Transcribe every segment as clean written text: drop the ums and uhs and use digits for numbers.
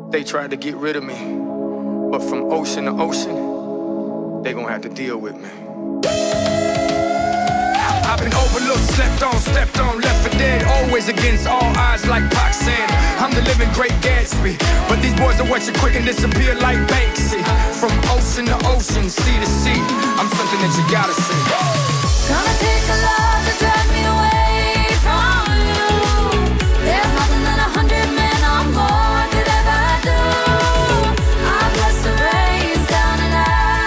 They tried to get rid of me, but from ocean to ocean, they gon' have to deal with me. I've been overlooked, slept on, stepped on, left for dead. Always against all odds like Pac said. I'm the living great Gatsby, but these boys will watch you quick and disappear like Banksy. From ocean to ocean, sea to sea, I'm something that you gotta see. Gonna take a love to drag me away from you. There's nothing that 100 men or more could ever do. I bless the rains down in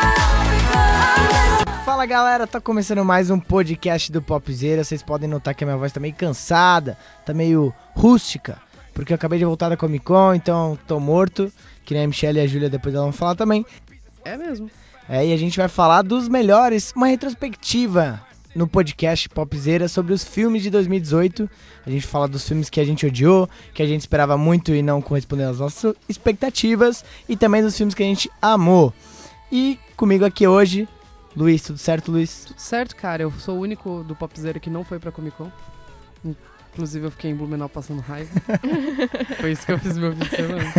Africa. Fala galera, tá começando mais um podcast do Popzera. Vocês podem notar que a minha voz tá meio cansada, tá meio rústica, porque eu acabei de voltar da Comic Con, então tô morto, que nem a Michelle e a Júlia depois elas vão falar também. É mesmo. E a gente vai falar dos melhores, uma retrospectiva no podcast Popzera sobre os filmes de 2018. A gente fala dos filmes que a gente odiou, que a gente esperava muito e não correspondeu às nossas expectativas, e também dos filmes que a gente amou. E comigo aqui hoje, Luiz. Tudo certo, Luiz? Tudo certo, cara. Eu sou o único do Popzera que não foi pra Comic Con. Inclusive eu fiquei em Blumenau passando raiva. Foi isso que eu fiz meu fim de semana.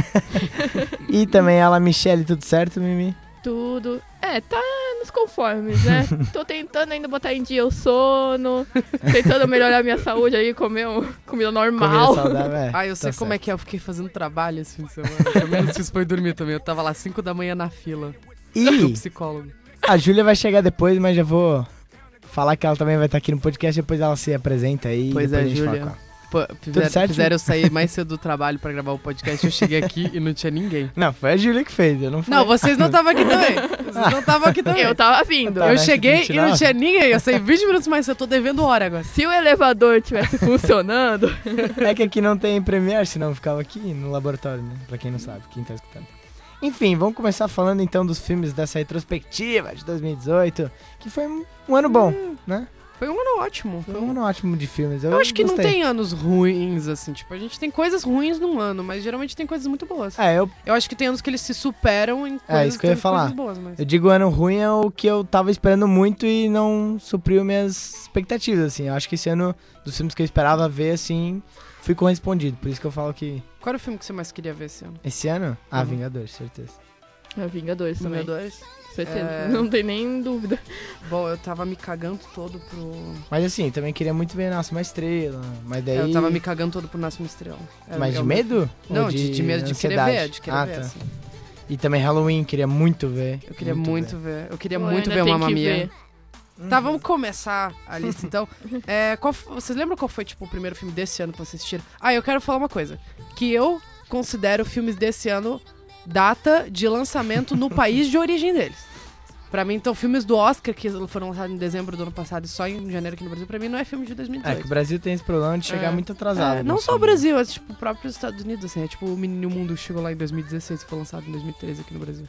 E também ela, Michelle. Tudo certo, Mimi? Tudo. Tá nos conformes, né? Tô tentando ainda botar em dia o sono, tentando melhorar minha saúde aí, comer comida normal. Comida saudável, Eu sei tá como certo. é que é. Eu fiquei fazendo trabalho esse fim de semana. Pelo menos fiz foi dormir também. Eu tava lá 5 da manhã na fila do E psicólogo. a Júlia vai chegar depois, mas já vou falar que ela também vai estar aqui no podcast, depois ela se apresenta aí. Pois depois é, a gente fala Júlia. com ela. Pô, certo? fizeram eu sair mais cedo do trabalho pra gravar o podcast. Eu cheguei aqui e não tinha ninguém. Não, foi a Júlia que fez, eu não fui. Não, vocês não estavam aqui também. Vocês não estavam aqui também. Eu tava vindo. Tá, Eu né? cheguei Você e não 29? tinha ninguém. Eu saí 20 minutos mais cedo. Eu tô devendo hora agora. Se o elevador tivesse funcionando, É que aqui não tem Premiere, senão eu ficava aqui no laboratório, né? Pra quem não sabe, quem tá escutando. Enfim, vamos começar falando então dos filmes dessa retrospectiva de 2018, que foi um ano bom, né? Foi um ano ótimo. Foi um ano ótimo de filmes. Eu acho que gostei. não tem anos ruins, assim. Tipo, a gente tem coisas ruins num ano, mas geralmente tem coisas muito boas. Eu acho que tem anos que eles se superam em coisas, isso que eu ia tem falar. coisas boas, mas... Eu digo ano ruim é o que eu tava esperando muito e não supriu minhas expectativas, assim. Eu acho que esse ano, dos filmes que eu esperava ver, assim, fui correspondido. Por isso que eu falo que Qual era o filme que você mais queria ver esse ano? esse ano, Vingadores, certeza. é Vingadores também. Vingadores? Certeza. Não tem nem dúvida. Bom, eu tava me cagando todo pro... Mas assim, também queria muito ver Nasce uma Estrela, mas daí... Eu tava me cagando todo pro Nasce uma Estrela. Mas de medo? Não, Ou de medo de querer ansiedade? ver, de querer ver, tá. assim. E também Halloween, queria muito ver. Eu queria muito ver. Eu queria Pô, muito ainda ver tem Mamma que Mia. ver. Tá, vamos começar a lista, então. Vocês lembram qual foi, tipo, o primeiro filme desse ano pra vocês assistirem? Eu quero falar uma coisa. Que eu considero filmes desse ano data de lançamento no país de origem deles. Pra mim, então, filmes do Oscar, que foram lançados em dezembro do ano passado e só em janeiro aqui no Brasil, pra mim não é filme de 2018. É que o Brasil tem esse problema de chegar muito atrasado. Não né, só o filme. Brasil, mas tipo, o próprio Estados Unidos, assim. É tipo o Menino Mundo chegou lá em 2016 e foi lançado em 2013 aqui no Brasil.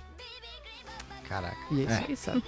Caraca. E é isso aí, sabe?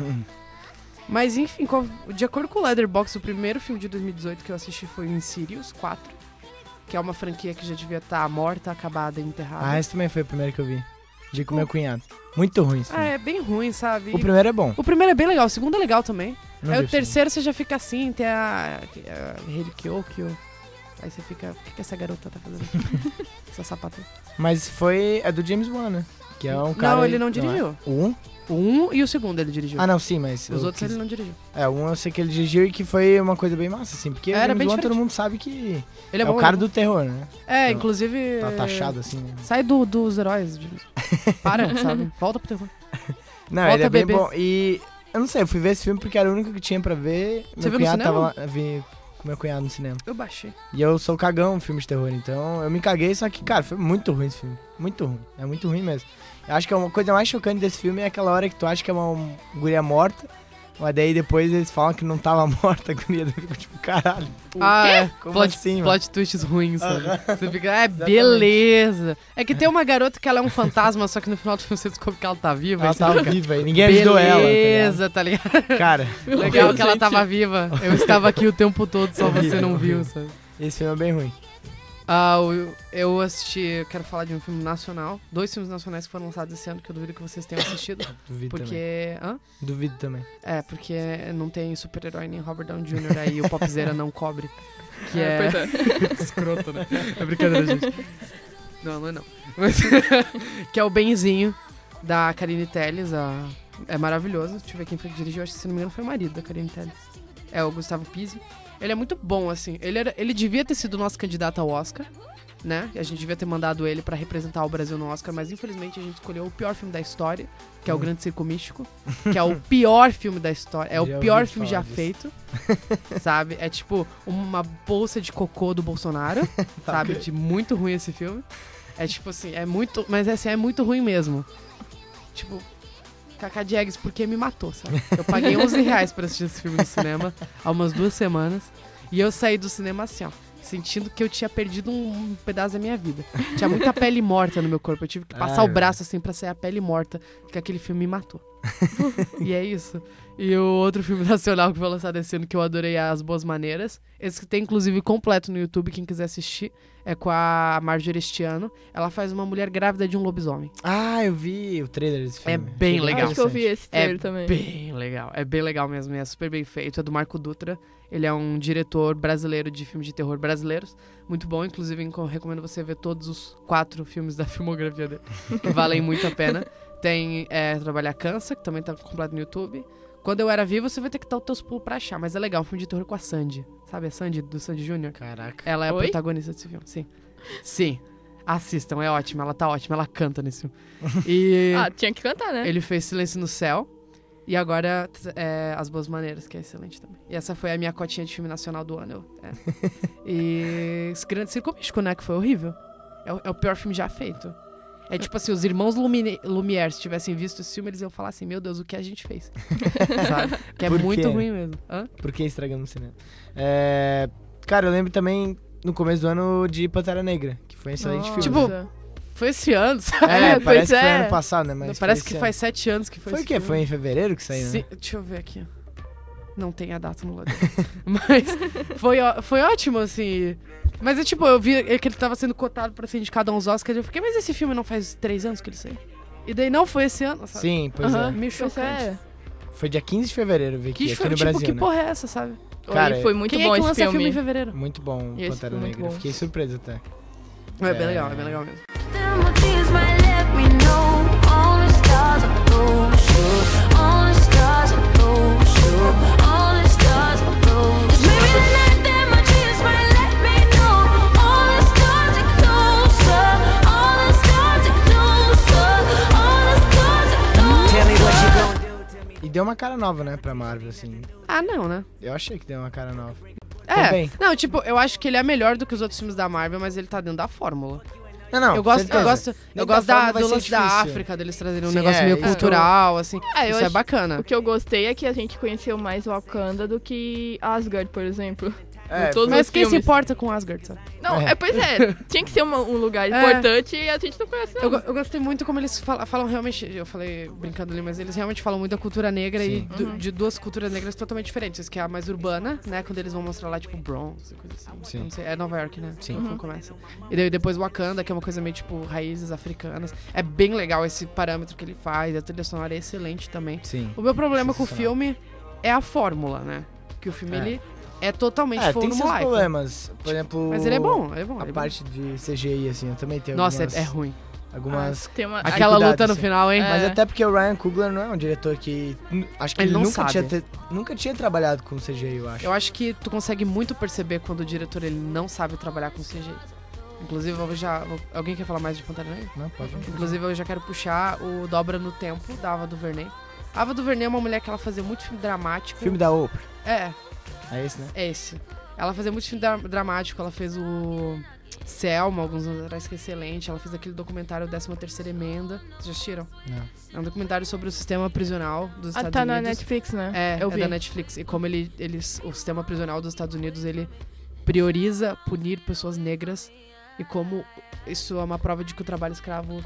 Mas enfim, de acordo com o Letterboxd, o primeiro filme de 2018 que eu assisti foi Insidious 4, que é uma franquia que já devia estar morta, acabada, enterrada. Esse também foi o primeiro que eu vi. De com meu cunhado. Muito ruim esse filme. É bem ruim, sabe? O primeiro é bom. O primeiro é bem legal, o segundo é legal também. Não Aí vi o terceiro você já fica assim, tem a Hayley Kiyoko. Aí você fica, o que essa garota tá fazendo aqui? Essa sapata. Mas é do James Wan, né? Que é um cara... Não, ele não dirigiu. O 1? O 1 e o segundo ele dirigiu. Não, sim, mas... Os outros ele não dirigiu. O 1 eu sei que ele dirigiu e que foi uma coisa bem massa, assim. Porque o Era James bem Wan diferente. todo mundo sabe que Ele é o bom, cara ele é do terror, né? bom. Então, Inclusive... Tá taxado, assim, né? Sai dos heróis. Para, sabe? Volta pro terror. Não, Volta, ele é bem bebê. bom. E eu não sei, eu fui ver esse filme porque era o único que tinha pra ver. Você Meu viu no cunhado tava cinema? lá, eu vi com meu cunhado no cinema. Eu baixei. E eu sou cagão em filme de terror, então eu me caguei, só que, cara, foi muito ruim esse filme. Muito ruim. É muito ruim mesmo. Eu acho que uma coisa mais chocante desse filme é aquela hora que tu acha que é uma guria morta, mas daí depois eles falam que não tava morta a guria. Fica tipo, caralho. É. Como Plot, assim, mano? plot twists ruins, sabe? Você fica, beleza. É que tem uma garota que ela é um fantasma, só que no final do filme você descobre que ela tá viva. Ela aí você tava fica, viva e ninguém ajudou ela. beleza, tá ligado? Cara, Legal que ela tava viva. Eu estava aqui o tempo todo, só você não viu, sabe? esse filme é bem ruim. Eu assisti, eu quero falar de um filme nacional. 2 filmes nacionais que foram lançados esse ano, que eu duvido que vocês tenham assistido. Duvido também. Porque... Duvido também. Porque não tem super-herói nem Robert Downey Jr. aí o Popzera não cobre. Que Pois é. escroto, né? É brincadeira, gente. Não, não é não. Mas, que é o Benzinho, da Karine Telles. É maravilhoso. Deixa eu ver quem foi que dirigiu. Acho que, se não me engano, foi o marido da Karine Telles. É o Gustavo Pizzi. Ele é muito bom, assim. Ele devia ter sido nosso candidato ao Oscar, né? A gente devia ter mandado ele pra representar o Brasil no Oscar, mas infelizmente a gente escolheu o pior filme da história, que é o Grande Circo Místico, que é o pior filme da história. É o pior filme já feito, sabe? É tipo uma bolsa de cocô do Bolsonaro, sabe? De muito ruim esse filme. É tipo assim, é muito... Mas assim, é muito ruim mesmo. Tipo... Cacá Diegues, porque me matou, sabe? Eu paguei R$11 pra assistir esse filme no cinema há umas 2 semanas. E eu saí do cinema assim, ó, sentindo que eu tinha perdido um pedaço da minha vida. Tinha muita pele morta no meu corpo. Eu tive que passar o braço assim pra sair a pele morta, porque aquele filme me matou. E é isso. E o outro filme nacional que foi lançado esse ano que eu adorei é As Boas Maneiras. Esse que tem inclusive completo no YouTube, quem quiser assistir. É com a Marjorie este ano. Ela faz uma mulher grávida de um lobisomem. Ah, eu vi o trailer desse filme. É bem legal. Acho que eu vi esse trailer também. Bem legal. É bem legal mesmo. É super bem feito. É do Marco Dutra. Ele é um diretor brasileiro de filmes de terror brasileiros. Muito bom. Inclusive, eu recomendo você ver todos os 4 filmes da filmografia dele. Que valem muito a pena. Tem Trabalhar Cansa, que também tá completo no YouTube. Quando Eu Era Viva, você vai ter que dar os teus pulos pra achar. Mas é legal. Um filme de terror com a Sandy. Sabe a Sandy, do Sandy Júnior? Caraca. Ela é a Oi? protagonista desse filme. Sim. Sim. Assistam. É ótimo. Ela tá ótima. Ela canta nesse filme. E... Tinha que cantar, né? Ele fez Silêncio no Céu. E agora As Boas Maneiras, que é excelente também. E essa foi a minha cotinha de filme nacional do ano. E esse Grande Circo Místico, né? Que foi horrível. É o pior filme já feito. É tipo assim, os irmãos Lumière, se tivessem visto esse filme, eles iam falar assim, meu Deus, o que a gente fez? Sabe? Que é Por muito quê? ruim mesmo. Hã? Por que estragamos o cinema? Cara, eu lembro também, no começo do ano, de Pantera Negra, que foi um excelente filme. Tipo, Foi esse ano, sabe? pois parece que foi é. ano passado, né? Mas Parece foi que esse faz ano. 7 anos que foi Foi o esse quê? filme. Foi em fevereiro que saiu, Sim, né? deixa eu ver aqui. Não tem a data no lado. Mas foi ótimo, assim. Mas tipo, eu vi que ele tava sendo cotado pra ser indicado a uns Oscars. Eu fiquei, mas esse filme não faz 3 anos que ele saiu? E daí não foi esse ano, sabe? Sim, pois Aham. é. Meio Pois chocante. é. Foi dia 15 de fevereiro, eu vi aqui, Que, aqui no tipo, Brasil, que né? porra é essa, sabe? Cara, Oi, foi muito Quem bom é que esse lança filme filme. em fevereiro? Muito bom, E esse Pantera foi muito Negra. bom. Fiquei surpreso até. É bem legal mesmo. Them tears might let me know all the stars are close. All the stars are close. All the stars are close. Maybe tonight them my tears might let me know all the stars are closer. All the stars are closer. All the stars are closer. Tell me what you gonna do, tell me. E deu uma cara nova, né, pra Marvel, assim. Ah, não, né? Eu achei que deu uma cara nova. É. Também. Não, tipo, eu acho que ele é melhor do que os outros filmes da Marvel, mas ele tá dentro da fórmula. Não, eu gosto certeza. do lance da difícil. África, deles trazerem um Sim, negócio meio isso. cultural, assim. eu Isso é acho- bacana. O que eu gostei é que a gente conheceu mais Wakanda do que Asgard, por exemplo. É, todos Mas os quem se filmes. importa com Asgard, sabe? Não, pois é. Tinha que ser um lugar É. importante e a gente não conhece não. Eu gostei muito como eles falam realmente, eu falei brincando ali, mas eles realmente falam muito da cultura negra Sim. e de duas culturas negras totalmente diferentes, que é a mais urbana, né, quando eles vão mostrar lá, tipo, Bronx e coisa assim. Sim. Eu não sei, é Nova York, né? Sim. Quando começa. E daí depois Wakanda, que é uma coisa meio, tipo, raízes africanas. É bem legal esse parâmetro que ele faz, a trilha sonora é excelente também. Sim. O meu problema com o Sensacional. filme é a fórmula, né? Que o filme, ele é totalmente Tem seus formulaico. problemas. Por exemplo... Mas ele é bom, ele é bom. A ele é bom. parte de CGI, assim, eu também tenho Nossa, algumas... é ruim. Algumas... Tem uma... Aquela cuidado, luta no assim. final, hein? Mas É. até porque o Ryan Coogler não é um diretor que... Acho que Ele ele, não nunca, sabe. nunca tinha trabalhado com CGI, eu acho. Eu acho que tu consegue muito perceber quando o diretor ele não sabe trabalhar com CGI. Inclusive, alguém quer falar mais de Pantera Negra? Não, pode. Inclusive, eu já quero puxar o Dobra no Tempo, da Ava DuVernay. A Ava DuVernay é uma mulher que ela fazia muito filme dramático. Filme da Oprah. É É esse, né? esse. Ela fazia muito filme dramático, ela fez o Selma, alguns anos atrás, que é excelente. Ela fez aquele documentário 13ª Emenda. Vocês já assistiram? Não. É um documentário sobre o sistema prisional dos Estados tá Unidos. na Netflix, né? É, eu é vi. da Netflix. E como o sistema prisional dos Estados Unidos, ele prioriza punir pessoas negras e como isso é uma prova de que o trabalho escravo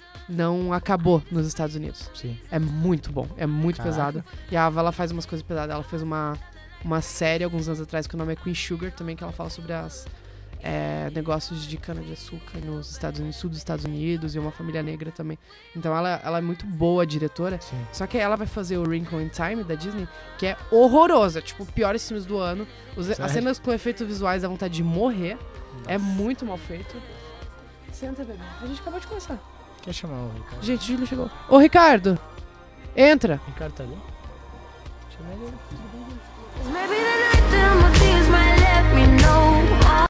não acabou nos Estados Unidos. Sim. É muito bom, é muito Caraca. pesado. E a Ava, ela faz umas coisas pesadas. Ela fez uma série alguns anos atrás que o nome é Queen Sugar também, que ela fala sobre as negócios de cana-de-açúcar nos Estados Unidos, sul dos Estados Unidos, e uma família negra também. Então ela é muito boa diretora. Sim. Só que ela vai fazer o Wrinkle in Time, da Disney, que é horrorosa. Tipo, piores filmes do ano. As Sério? cenas com efeitos visuais dá vontade de morrer. É muito mal feito. Senta, bebê. A gente acabou de começar. Quer chamar o Ricardo? Gente, Júlio chegou. Ô, Ricardo. Entra. Ricardo tá ali? Chama ele. Maybe tonight that my tears might let me know.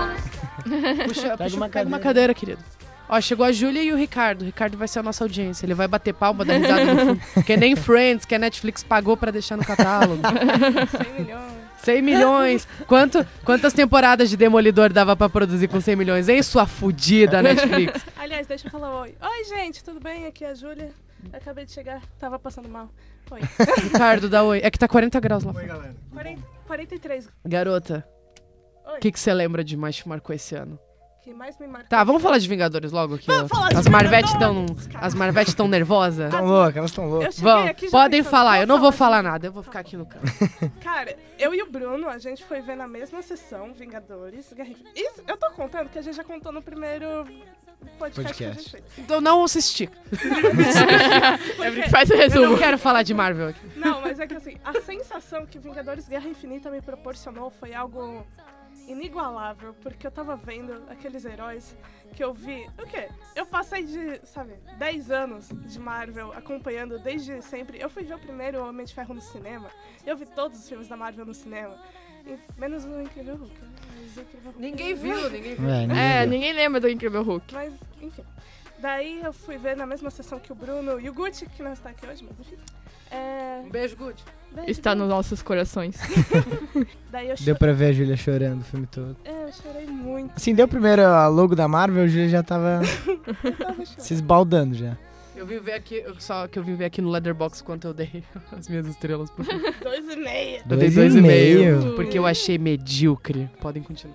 Puxa, Pega uma pega uma cadeira. cadeira, querido. Ó, chegou a Júlia e o Ricardo. O Ricardo vai ser a nossa audiência. Ele vai bater palma, dar risada no fundo. Que nem Friends, que a Netflix pagou pra deixar no catálogo. 100 milhões. 100 milhões. Quantas temporadas de Demolidor dava pra produzir com 100 milhões, hein, sua fudida Netflix? Aliás, deixa eu falar oi. Oi, gente, tudo bem? Aqui é a Júlia. Eu acabei de chegar, tava passando mal. Oi. Ricardo, dá oi. É que tá 40 graus lá. 43. Garota, Oi. o que você lembra de mais te marcou esse ano? Que mais me marcou. Tá, vamos falar de Vingadores logo aqui. Vamos falar de As Marvetes Vingadores, cara. As Marvetes tão nervosas. Tão loucas, elas tão Eu loucas. cheguei Vamos, aqui já podem pensando, falar, eu não vou falar de- nada, eu vou ficar aqui no canto. Cara, eu e o Bruno, a gente foi ver na mesma sessão, Vingadores, Guerra Infinita. Isso, eu tô contando que a gente já contou no primeiro podcast que a gente fez. Então não assisti. Porque- Faz o Eu não resumo. quero falar de Marvel aqui. Não, mas é que assim, a sensação que Vingadores Guerra Infinita me proporcionou foi algo inigualável, porque eu tava vendo aqueles heróis que eu vi. O quê? Eu passei de, sabe, 10 anos de Marvel acompanhando desde sempre. Eu fui ver o primeiro Homem de Ferro no cinema. Eu vi todos os filmes da Marvel no cinema. Menos o Incrível Hulk. Mas o Incrível Hulk- Ninguém viu. Ninguém lembra do Incrível Hulk. Mas, enfim. Daí eu fui ver na mesma sessão que o Bruno e o Gucci, que não está aqui hoje, mas enfim. Um beijo, Good. Beijo, Está Gucci. nos nossos corações. Daí eu Deu pra ver a Júlia chorando o filme todo. eu chorei muito. Assim, deu primeiro a logo da Marvel, a Júlia já tava Eu tava chorando. se esbaldando já. Eu vim ver aqui, só que eu vim ver aqui no Letterboxd quanto eu dei as minhas estrelas pro filme. 2,5. Eu dei 2,5. Porque eu achei medíocre. Podem continuar.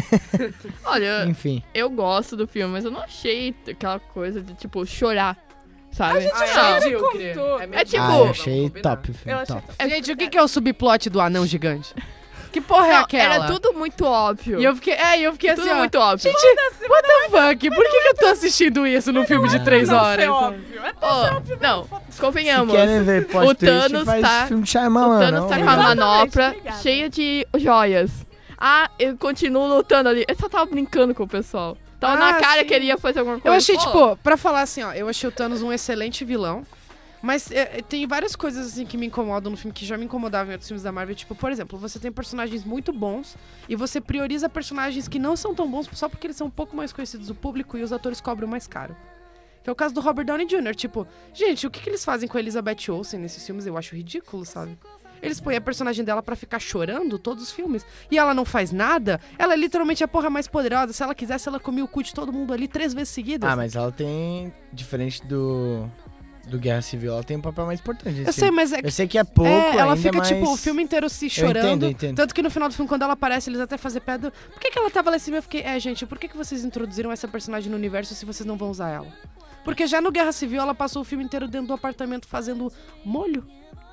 Olha, Enfim. eu gosto do filme, mas eu não achei aquela coisa de, tipo, chorar, sabe? Ah, Não. medíocre. tudo. É tipo- Ah, eu achei Vamos top o Eu filme, achei top. Gente, o que é o subplot do anão gigante? Que porra é Não, aquela? era tudo muito óbvio. E eu fiquei assim, tudo muito óbvio. what the fuck? Por que eu tô assistindo isso num filme de 3 Não, horas? é óbvio. É Ó, não, Se convenhamos. querem ver plot O twist, Thanos faz tá- filme de O Shyamalan, Thanos não? tá com a Exatamente, manopra obrigada. cheia de joias. Ah, eu continuo lutando ali. Eu só tava brincando com o pessoal. Tava na cara sim. que ele ia fazer alguma coisa. Eu achei, Pô, tipo, pra falar assim, ó, eu achei o Thanos um excelente vilão. Mas tem várias coisas, assim, que me incomodam no filme, que já me incomodavam em outros filmes da Marvel. Tipo, por exemplo, você tem personagens muito bons e você prioriza personagens que não são tão bons só porque eles são um pouco mais conhecidos do público e os atores cobram mais caro. Que é o caso do Robert Downey Jr. Tipo, gente, o que eles fazem com a Elizabeth Olsen nesses filmes eu acho ridículo, sabe? Eles põem a personagem dela pra ficar chorando todos os filmes e ela não faz nada. Ela é literalmente a porra mais poderosa. Se ela quisesse, ela comia o cu de todo mundo ali 3 vezes seguidas. Ah, mas ela tem, diferente do Guerra Civil, ela tem um papel mais importante. Eu assim. sei, mas é Eu sei que é pouco ela ainda, fica, mas... tipo, o filme inteiro se Eu chorando. entendo. Tanto que no final do filme, quando ela aparece, eles até fazem pedra. Por que ela tava lá em cima? Eu fiquei, gente, por que vocês introduziram essa personagem no universo se vocês não vão usar ela? Porque já no Guerra Civil, ela passou o filme inteiro dentro do apartamento fazendo molho.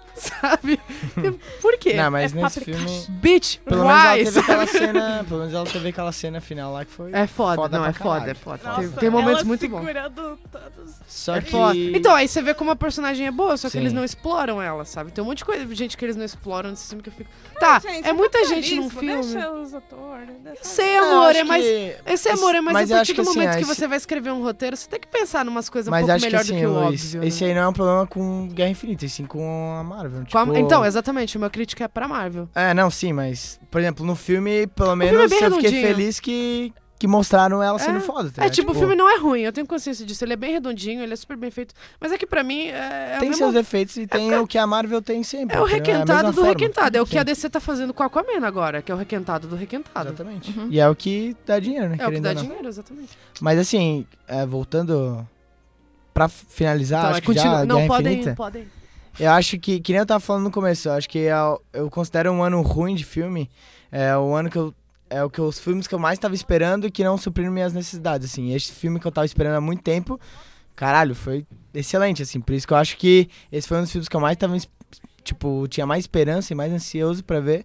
Sabe? Por quê? Não, mas É nesse paprika. filme... Bitch, Pelo menos ela why? teve aquela cena... Pelo menos ela teve aquela cena final lá que foi... É foda, não, pra é foda, caralho. é foda. Nossa, Tem momentos ela muito bons. segurando todos. Só É que... foda. Então, aí você vê como a personagem é boa, só que Sim. eles não exploram ela, sabe? Tem um monte de coisa, gente que eles não exploram nesse filme que eu fico... Tá, Gente, é muita gente capitalismo, num filme. Deixa os atores. Deixa... Sei, Eu amor, acho é mais... que- Esse amor é mais mas a eu partir acho que, do assim, momento que esse- você vai escrever um roteiro, você tem que pensar em umas coisas um Mas pouco acho que melhor assim, do que o Luiz, óbvio. esse né? aí não é um problema com Guerra Infinita, e sim com a Marvel. Com a- tipo- Então, exatamente, o meu crítica é pra Marvel. É, não, sim, mas... Por exemplo, no filme, pelo filme é menos, bem eu fiquei redondinho. feliz que mostraram ela sendo É. foda, tá É, ligado? tipo, o filme não é ruim, eu tenho consciência disso. Ele é bem redondinho, ele é super bem feito. Mas é que pra mim é Tem o seus mesmo... defeitos e tem o que a Marvel tem sempre. É o entendeu? a requentado mesma do forma. requentado. É o que Sim. a DC tá fazendo com a Aquaman agora, que é o requentado do requentado. Exatamente. Uhum. E é o que dá dinheiro, né? É o que querendo dá ou não. dinheiro, exatamente. Mas assim, voltando pra finalizar, Então, acho que já não, Guerra podem, Infinita, podem. eu acho que nem eu tava falando no começo, eu acho que eu considero um ano ruim de filme, é o ano que eu... É o que os filmes que eu mais tava esperando e que não supriram minhas necessidades, assim. Esse filme que eu tava esperando há muito tempo, caralho, foi excelente, assim. Por isso que eu acho que esse foi um dos filmes que eu mais tava, tipo, tinha mais esperança e mais ansioso pra ver.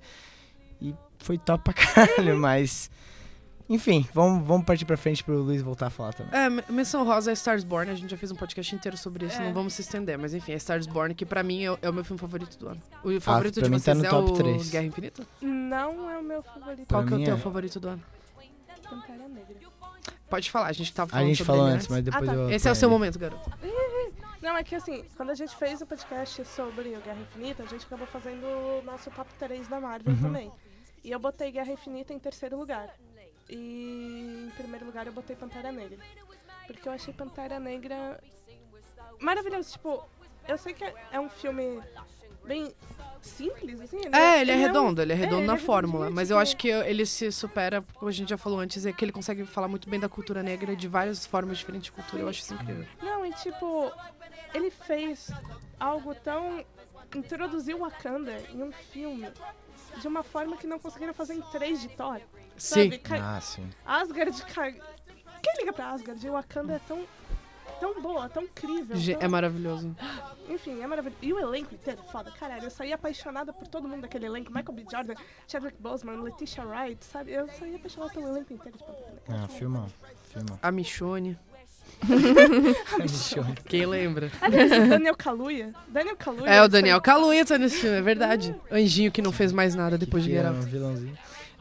E foi top pra caralho, mas... Enfim, vamos partir pra frente pro Luiz voltar a falar também. Menção rosa é Stars Born, a gente já fez um podcast inteiro sobre isso, É. não vamos se estender, mas enfim, é Stars Born, que pra mim é o meu filme favorito do ano. O favorito pra de mim tá vocês no é top o 3. Guerra Infinita? Não é o meu favorito. Pra Qual que é o mim teu é. favorito do ano? Pantera Negra. Pode falar, a gente tava A falando gente sobre falou ele antes, mas depois Ah, tá. eu... Esse é o seu momento, garoto. Não, é que assim, quando a gente fez o podcast sobre o Guerra Infinita, a gente acabou fazendo o nosso top 3 da Marvel também. E eu botei Guerra Infinita em terceiro lugar. E em primeiro lugar eu botei Pantera Negra. Porque eu achei Pantera Negra maravilhoso. Tipo, eu sei que é um filme bem simples, assim. Ele é redondo na ele é fórmula. redondinho, Mas tipo- eu acho que ele se supera, como a gente já falou antes, é que ele consegue falar muito bem da cultura negra de várias formas diferentes de cultura. Eu acho isso incrível. Não, e tipo, ele fez algo tão... Introduziu Wakanda em um filme de uma forma que não conseguiram fazer em 3 de Thor. Sim. Sabe? Ah, sim. Asgard... Quem liga pra Asgard? E Wakanda é tão boa, tão incrível. É tão... maravilhoso. Enfim, é maravilhoso. E o elenco inteiro, foda. Caralho, eu saí apaixonada por todo mundo daquele elenco. Michael B. Jordan, Chadwick Boseman, Letitia Wright, sabe? Eu saí apaixonada pelo elenco inteiro de Pantera Negra. Ah, filma. A Michonne. Michonne. Quem lembra? Aliás, o Daniel Kaluuya. Daniel Kaluuya. É, o Daniel Kaluuya tá nesse filme, é verdade. Anjinho que não fez mais nada depois de Get Out. vilãozinho.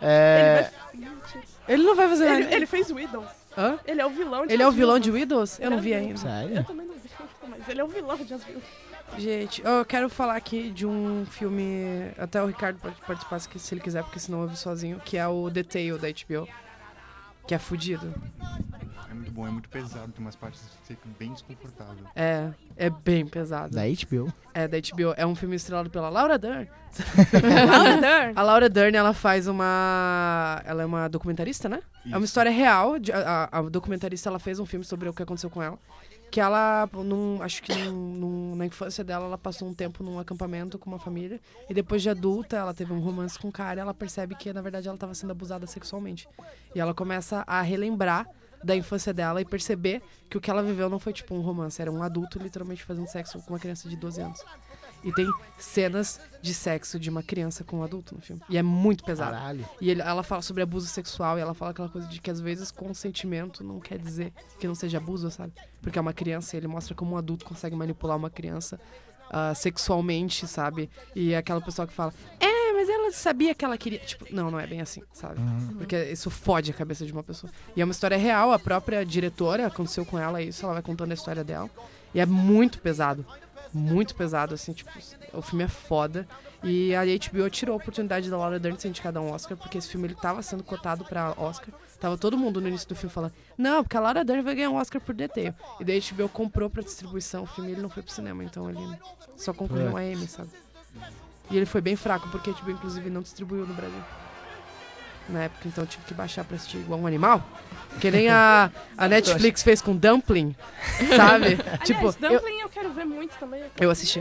Ele não vai fazer nada. Ele fez Widows. Hã? Ele é o vilão de Ele é o As vilão de Viúvas. Widows? Eu não vi ainda. Eu Sério? também não vi, mas ele é o vilão de As Viúvas. Gente, eu quero falar aqui de um filme. Até o Ricardo pode participar se ele quiser, porque senão eu vi sozinho. Que é o The Tale da HBO. Que é fudido. É muito bom, é muito pesado, tem umas partes que fica bem desconfortável. É bem pesado. Da HBO? É da HBO. É um filme estrelado pela Laura Dern. Laura Dern. A Laura Dern, ela faz uma... Ela é uma documentarista, né? É uma Isso. história real. A documentarista, ela fez um filme sobre o que aconteceu com ela. Que ela, acho que na infância dela, ela passou um tempo num acampamento com uma família. E depois de adulta, ela teve um romance com um cara e ela percebe que, na verdade, ela estava sendo abusada sexualmente. E ela começa a relembrar da infância dela e perceber que o que ela viveu não foi tipo um romance, era um adulto literalmente fazendo sexo com uma criança de 12 anos. E tem cenas de sexo de uma criança com um adulto no filme. E é muito pesado. Caralho. E ela fala sobre abuso sexual e ela fala aquela coisa de que às vezes consentimento não quer dizer que não seja abuso, sabe? Porque é uma criança e ele mostra como um adulto consegue manipular uma criança sexualmente, sabe? E é aquela pessoa que fala, mas ela sabia que ela queria... Tipo, não é bem assim, sabe? Porque isso fode a cabeça de uma pessoa. E é uma história real, a própria diretora, aconteceu com ela isso, ela vai contando a história dela. E é muito pesado. Muito pesado, assim, tipo, o filme é foda. E a HBO tirou a oportunidade da Laura Dern de ser indicada a um Oscar, porque esse filme ele tava sendo cotado pra Oscar. Tava todo mundo no início do filme falando, não, porque a Laura Dern vai ganhar um Oscar por The Tale. E daí a HBO comprou pra distribuição o filme e ele não foi pro cinema, então ele só concorreu a Emmy, sabe? E ele foi bem fraco, porque a HBO inclusive não distribuiu no Brasil. Na época, então eu tive que baixar pra assistir igual um animal. Que nem a Netflix fez com Dumpling, sabe? Tipo, Aliás, Dumpling eu quero ver muito também. eu assisti,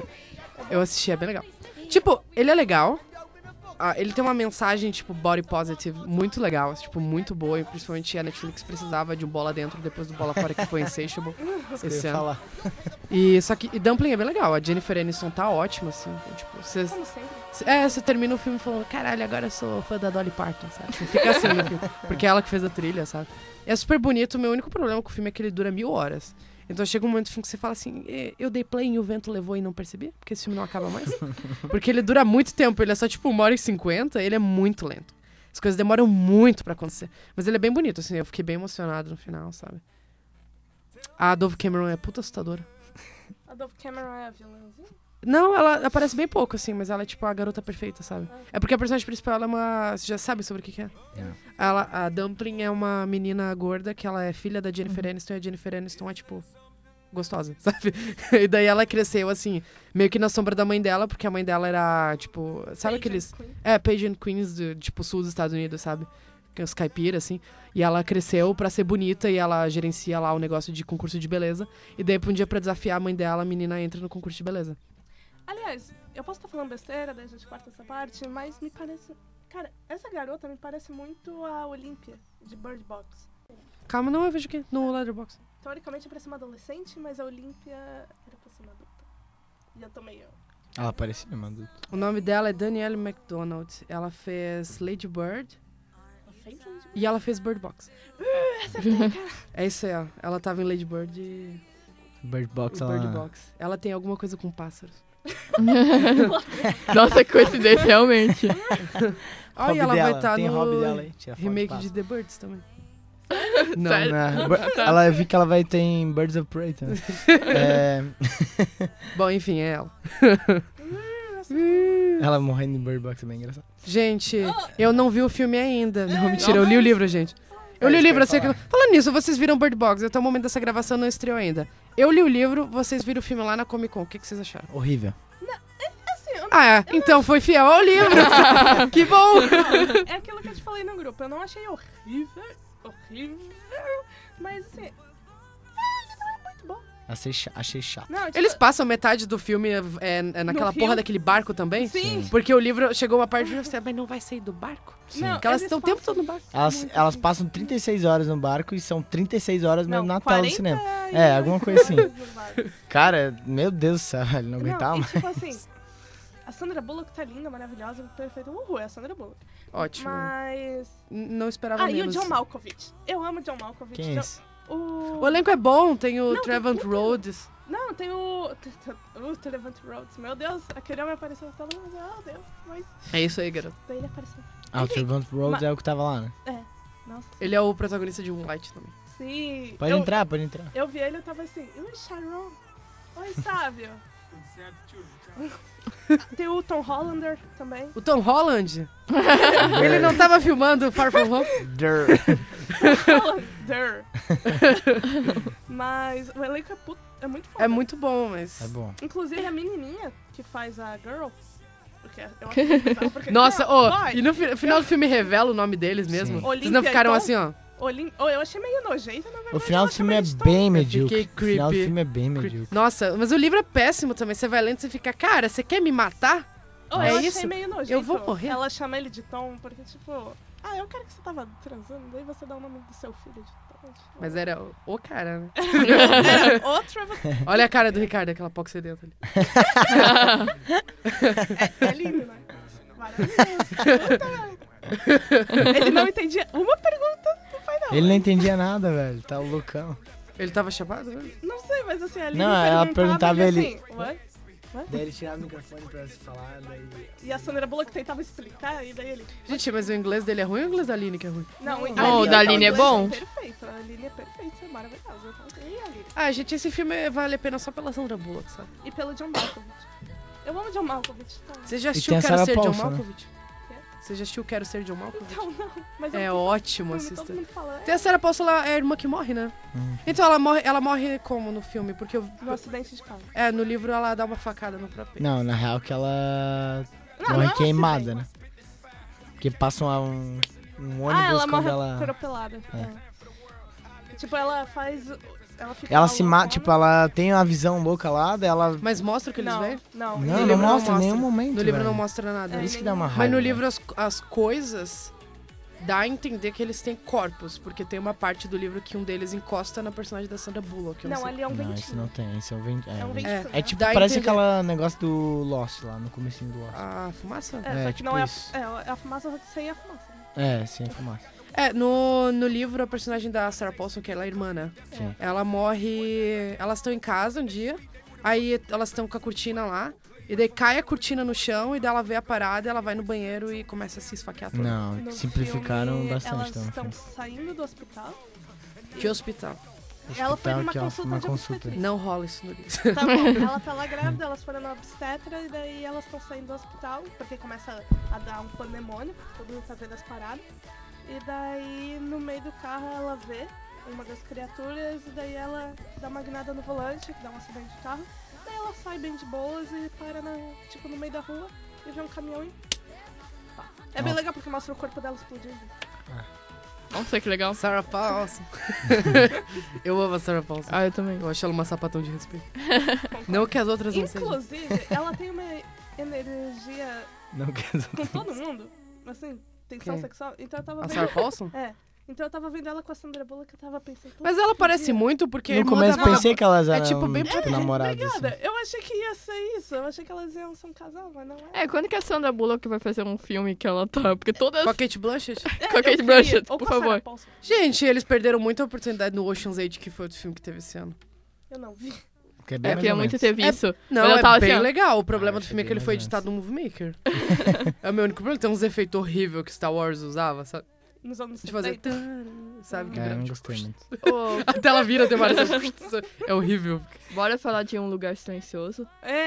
é bem legal. Tipo, ele é legal. Ele tem uma mensagem, tipo, body positive muito legal, tipo, muito boa. E principalmente a Netflix precisava de um bola dentro depois do bola fora, que foi Insatiable esse ano. falar. E Dumpling é bem legal. A Jennifer Aniston tá ótima, assim. Tipo, você Como sempre. você termina o filme falando, caralho, agora eu sou fã da Dolly Parton, sabe? Você fica assim no filme, porque é ela que fez a trilha, sabe? É super bonito. O meu único problema com o filme é que ele dura 1000 horas. Então chega um momento do filme que você fala assim, eu dei play e o vento levou e não percebi, porque esse filme não acaba mais. Porque ele dura muito tempo, ele é só tipo 1h50, ele é muito lento. As coisas demoram muito pra acontecer. Mas ele é bem bonito, assim, eu fiquei bem emocionado no final, sabe? A Dove Cameron é puta assustadora. A Dove Cameron é a vilãzinha? Não, ela aparece bem pouco, assim, mas ela é tipo a garota perfeita, sabe? É porque a personagem principal, ela é uma... Você já sabe sobre o que é? A Dumpling é uma menina gorda, que ela é filha da Jennifer Aniston, e a Jennifer Aniston é, tipo, gostosa, sabe? E daí ela cresceu, assim, meio que na sombra da mãe dela, porque a mãe dela era, tipo... Sabe aqueles... Pageant Queens do, tipo, sul dos Estados Unidos, sabe? Os caipiras, assim. E ela cresceu pra ser bonita e ela gerencia lá o negócio de concurso de beleza. E daí, um dia, pra desafiar a mãe dela, a menina entra no concurso de beleza. Aliás, eu posso estar falando besteira, daí a gente corta essa parte, mas me parece... Cara, essa garota me parece muito a Olivia, de Bird Box. Calma, não, eu vejo aqui no Letterboxd. Teoricamente parece uma adolescente, mas a Olivia era pra ser uma adulta. E eu tô meio... Ela parecia uma adulta. O nome dela é Danielle MacDonald. Ela fez Lady Bird e ela fez Bird Box. É isso aí, ó. Ela tava em Lady Bird e Bird Box, Bird Box. Ela tem alguma coisa com pássaros. Nossa, que coincidência, realmente. Ó, e ela vai estar tem hobby dela no aí, tira foto remake de de The Birds também. Não. Sério? Não. Ela vi que ela vai ter em Birds of Prey também. Bom, enfim, é ela. Ela morrendo em Bird Box também é engraçado. Gente, eu não vi o filme ainda. Não, mentira, eu li o livro, gente. Eu li o livro, eu sei que... Falando nisso, vocês viram Bird Box. Até o momento dessa gravação não estreou ainda. Eu li o livro, vocês viram o filme lá na Comic Con. O que vocês acharam? Horrível. Então foi fiel ao livro. Que bom. É aquilo que eu te falei no grupo. Eu não achei horrível, mas assim, ele não é muito bom. Achei chato. Não, tipo, Eles passam metade do filme naquela No porra rio? daquele barco também? Sim. Porque o livro chegou uma parte de você, mas não vai sair do barco? Não, Porque elas eles estão o tempo passam- todo no barco. Elas passam 36 horas no barco e são 36 horas mesmo Não, na tela do 40 cinema. e É, alguma coisa assim. no barco. Cara, meu Deus do céu, ele não aguentava Não, e mais. tipo assim, a Sandra Bullock tá linda, maravilhosa, perfeita. É a Sandra Bullock. Ótimo. Mas... Não esperava e o menos. John Malkovich. Eu amo John Malkovich. Quem é esse? O elenco é bom, tem o Não, Trevor tem- Rhodes. Não, tem o Trevor Rhodes. Meu Deus, aquele homem apareceu na tela, mas, oh Deus, mas É isso aí, garoto. daí ele apareceu. Ah, o Trevor Rhodes é o que tava lá, né? Nossa, Ele é o protagonista de Moonlight também. sim. Pode entrar, pode entrar. Eu vi ele e eu tava assim, oi Sharon, oi Sávio. Tem o Tom Hollander também. O Tom Holland? Ele não tava filmando Far From Home? Hollander. Mas o elenco é muito foda. É muito bom, mas... É bom. Inclusive a menininha que faz a Girl. Porque eu acho que bizarro, porque, Nossa, vai. e no final do filme revela o nome deles mesmo? Sim. Vocês Olímpia, não ficaram então? assim, ó? Eu achei meio nojento, na verdade. O final eu do filme é achei meio bem Eu medíocre. fiquei O final do creepy. filme é bem medíocre. Nossa, mas o livro é péssimo também. Você vai lendo e você fica, cara, você quer me matar? Oh, É eu isso? achei meio nojento. Eu vou morrer. Ela chama ele de Tom, porque tipo... eu quero que você tava transando, daí você dá o nome do seu filho de Tom. Tipo, Mas era o cara, né? era outro... Olha a cara do Ricardo, aquela poca sedenta ali. É lindo, né? Maravilhoso. Ele não entendia uma pergunta do pai não. Ele não entendia nada, velho. Tá loucão. Ele tava chapado, né? Não sei, mas assim, ali Não, ela perguntava ele- assim, "What?" Daí ele tirava o microfone pra se falar, daí... E a Sandra Bullock tentava explicar, e daí ele... Gente, mas o inglês dele é ruim ou o inglês da Aline que é ruim? Não, Não, o da Aline é bom. Perfeito, a Aline é perfeita, é maravilhosa. Eu tava assim, e a Aline? Ah, gente, esse filme vale a pena só pela Sandra Bullock, sabe? E pelo John Malkovich. Eu amo John Malkovich, tá? Você já E assistiu tem a Quero Sarah Ser John Paulson, né? Malkovich? Você já assistiu Quero Ser John Malkovich? Então não, mas É eu ótimo, todo assista. mundo fala, Tem a Sarah Paulson, ela é a irmã que morre, né? Então ela morre como no filme? Porque no acidente de carro. no livro ela dá uma facada no próprio. Não, na real que ela Não, morre não é um queimada, acidente. né? Porque passa um ônibus Ela quando morre ela... atropelada. É. Tipo, ela faz... Ela fica Ela lá se loucona. mata, tipo, ela tem uma visão louca lá, daí ela... Mas mostra o que eles Não, veem? não. Não, no não livro não mostra em nenhum mostra. momento, No livro velho. não mostra nada. É, Isso que dá uma raiva. Mas no velho. livro as coisas dá a entender que eles têm corpos, porque tem uma parte do livro que um deles encosta na personagem da Sandra Bullock. Eu não Não, sei. ali é um Não, ventinho. esse não tem, esse é o vento. É um vento. ventinho. É tipo, Dá a parece entender. aquele negócio do Lost lá, no comecinho do Lost. A fumaça? É, só que tipo não é isso. é a fumaça sem a fumaça. Né? É, sem fumaça. No livro, a personagem da Sarah Paulson, que ela é irmã, né? Sim. Ela morre... Elas estão em casa um dia, aí elas estão com a cortina lá, e daí cai a cortina no chão, e daí ela vê a parada, ela vai no banheiro e começa a se esfaquear toda. Não, No simplificaram filme, bastante. Elas Então, no estão filme. saindo do hospital. Que hospital? Ela foi Hospital numa que é uma consulta de consulta. obstetrícia. Não rola isso no livro. Tá bom, ela tá lá grávida, elas foram na obstetra e daí elas estão saindo do hospital, porque começa a dar um pandemônio, todo mundo tá vendo as paradas. E daí, no meio do carro, ela vê uma das criaturas e daí ela dá uma guinada no volante, que dá um acidente de carro. Daí ela sai bem de boas e para tipo, no meio da rua e vê um caminhão e... pá. É bem legal porque mostra o corpo dela explodindo. Nossa, que legal. Sarah Paulson. Eu amo a Sarah Paulson. Ah, eu também. Eu acho ela uma sapatão de respeito. Não que as outras não sejam. Inclusive, ela tem uma energia Não quer com todo mundo. Assim, tensão Quem? sexual. Então eu tava A vendo... Sarah Paulson? É. Então eu tava vendo ela com a Sandra Bullock e eu tava pensando... Mas ela "Putz, parece que muito porque a No irmã começo da pensei que elas eram tipo, bem tipo, namoradas. Obrigada. Assim. Eu achei que ia ser isso. Eu achei que elas iam ser um casal, mas não é. É, quando que a Sandra Bullock vai fazer um filme que ela tá... Porque todas... Com a Kate Blanchett? Com a eu Kate queria. Blanchett, Ou por com a Sarah favor. Paulson. Gente, eles perderam muita oportunidade no Ocean's 8, que foi outro filme que teve esse ano. Eu não vi. Que é bem É, mais queria ou muito menos. ter visto. Não, Mas eu é tava bem assim, ó, legal. O problema eu do filme é que achei ele foi bem editado no Movie Maker. É o meu único problema. Tem uns efeitos horríveis que Star Wars usava, sabe? Nos anos De fazer... 70. sabe? Que É, vira, não tipo, gostei muito. Ô, a tela vira, tem várias... É horrível. bora falar de Um Lugar Silencioso.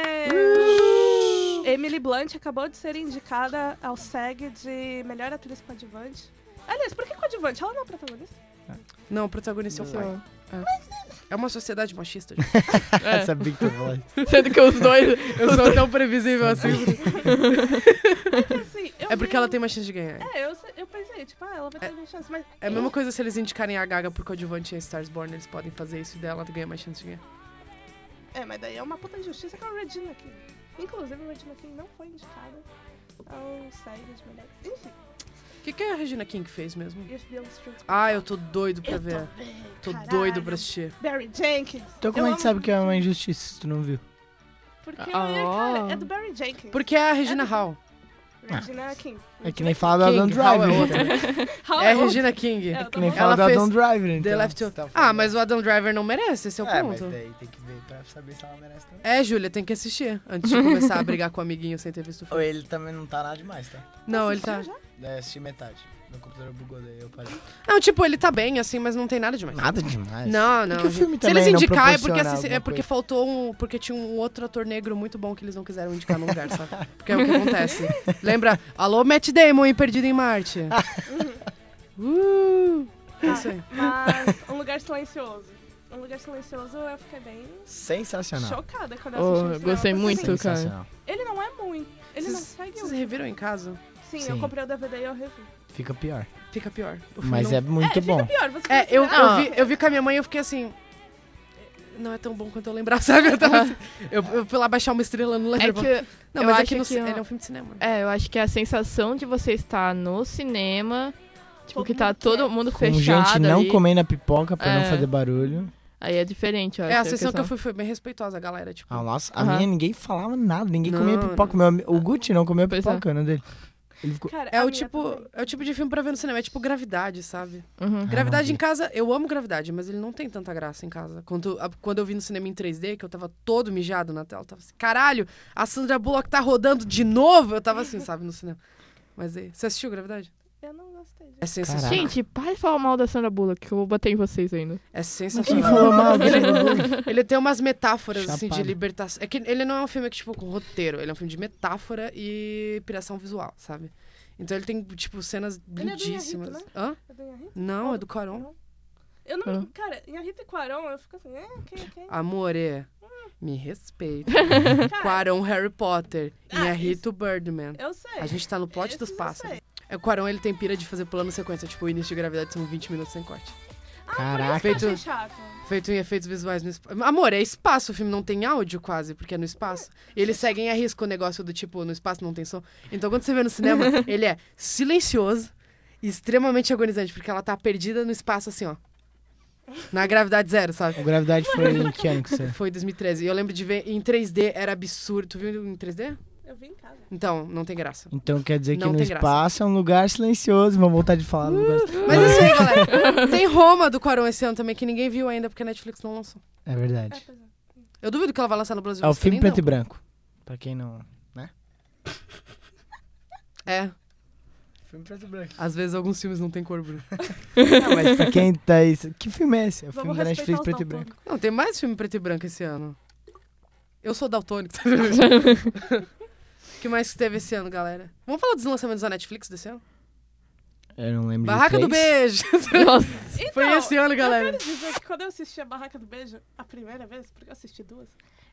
Emily Blunt acabou de ser indicada ao SEG de melhor atriz coadjuvante. Aliás, por que coadjuvante? Ela não é protagonista? Não, o protagonista é o pai. É uma sociedade machista, gente. É, Sabia que tu ia falar isso. sendo que os dois... Eu sou tão previsível assim. Assim, eu É porque vi- ela tem mais chance de ganhar. eu pensei, tipo, ela vai ter mais chance, mas... É a mesma coisa se eles indicarem a Gaga por coadjuvante em Stars Born, eles podem fazer isso e dela ganha mais chance de ganhar. Mas daí é uma puta injustiça com a Regina King. Inclusive, a Regina King não foi indicada ao SEG de melhor. Enfim, O que a Regina King fez mesmo? If Bill Street... Ah, eu tô doido pra Eu ver. também, Tô caralho. doido pra assistir. Barry Jenkins. Então como Eu a gente amo sabe que é uma Barry injustiça se tu não viu? Porque, Ah. cara, é do Barry Jenkins. Porque é a Regina Hall. Regina King. É que nem fala do Adam King, Hall é Driver. outra. então. Hall É a outra. Regina King. É, eu Que tô nem bom. fala Ela do fez Adam Driver, então. The Left Você tá Ah, falando. mas o Adam Driver não merece, esse é o É, ponto. mas daí tem que ver pra saber se ela merece também. É, Júlia, tem que assistir antes de começar a brigar com o amiguinho sem ter visto o Ou filme. ele também não tá nada demais, tá? Não, ele tá... Assistiu já? Daí assisti metade. Meu computador bugou, daí eu parei. Não, tipo, ele tá bem, assim, mas não tem nada demais. Nada demais. Não, não. Porque o filme Se também eles não indicar é porque, proporciona é alguma porque coisa. faltou um... Porque tinha um outro ator negro muito bom que eles não quiseram indicar no lugar, sabe? Porque é o que acontece. Lembra? Alô, Matt Damon em Perdido em Marte. É isso aí. Mas Um Lugar Silencioso. Um Lugar Silencioso eu fiquei bem Sensacional. chocada quando eu Oh, assisti no cinema, gostei porque, muito, assim, cara. Sensacional. ele não é muito. Ele não Vocês segue vocês o... reviram em casa? Sim, Sim. eu comprei o DVD e eu revi. Fica pior. Fica pior. O filme Mas não- é muito bom. Fica pior, você É, vai esperar. eu vi com a minha mãe e eu fiquei assim... Não é tão bom quanto eu lembrar, sabe? Eu, tava assim, eu fui lá baixar uma estrela no É Letterboxd. que... Não, eu mas é acho que, que ele é um filme de cinema. eu acho que a sensação de você estar no cinema, tipo, Todo que tá mundo todo quieto. mundo Com fechado gente não ali, comendo a pipoca pra não É. fazer barulho. aí é diferente, eu acho. É, a a sessão que eu questão. fui foi bem respeitosa, a galera, tipo... Ah, nossa, a Aham. minha ninguém falava nada, ninguém Não, comia pipoca. O Gucci não comia Pois é. pipoca, não dele. Ele ficou... Cara, É a o, minha tipo, também. é o tipo de filme pra ver no cinema, é tipo Gravidade, sabe? Uhum. Gravidade não em vi. casa, eu amo Gravidade, mas ele não tem tanta graça em casa. Quando eu vi no cinema em 3D, que eu tava todo mijado na tela, eu tava assim, caralho, a Sandra Bullock tá rodando de novo? Eu tava assim, sabe, no cinema. Mas aí, você assistiu Gravidade? Eu não gostei. É sensacional. Gente, para de falar mal da Sandra Bullock, que eu vou bater em vocês ainda. É Quem sensacional. falou mal dele? Bagulho? Ele tem umas metáforas, assim, de Chapado. libertação. É que ele não é um filme que, tipo, com roteiro. Ele é um filme de metáfora e piração visual, sabe? Então ele tem, tipo, cenas Ele é do lindíssimas. Inharito, Hã? Eu tenho a Rita? Não, é do Quaron. Eu não... Ah. Cara, em A Rita e Quaron, eu fico assim, quem? Amore, me respeita. Cara, Quaron, Harry Potter. Ah, Inharito, Birdman. eu sei. A gente tá no plot Esses dos eu pássaros. sei. É, o Quaron, ele tem pira de fazer plano sequência. Tipo, o início de Gravidade são 20 minutos sem corte. Caraca. Por isso que eu Feito- achei chato. Feito em efeitos visuais no espaço. Amor, é espaço, o filme não tem áudio quase, porque é no espaço. E eles seguem a risco o negócio do tipo, no espaço não tem som. Então quando você vê no cinema, ele é silencioso e extremamente agonizante, porque ela tá perdida no espaço assim, ó. Na gravidade zero, sabe? O Gravidade foi em que ano que você... Foi 2013. E eu lembro de ver em 3D, era absurdo. Tu viu em 3D? Eu vi em casa. Então, não tem graça. Então quer dizer que Não no tem graça. espaço é um lugar silencioso. Vamos voltar de falar do lugar... Mas é isso aí, galera. Tem Roma do Quaron esse ano também, que ninguém viu ainda, porque a Netflix não lançou. É verdade. Pois é. Eu duvido que ela vai lançar no Brasil. É o você filme nem preto e não. branco. Pra quem não... É, Filme preto e branco. às vezes alguns filmes não tem cor, Bruno. Não, mas pra quem tá aí... Que filme é esse? É o Vamos filme da respeitar Netflix os preto e daltônicos. branco. Não, tem mais filme preto e branco esse ano. Eu sou daltônico. O que mais que teve esse ano, galera? Vamos falar dos lançamentos da Netflix desse ano? Eu não lembro Barraca de do três. Beijo! Nossa, Foi Então, esse ano, galera. Eu quero dizer que quando eu assisti a Barraca do Beijo, a primeira vez, porque eu assisti duas,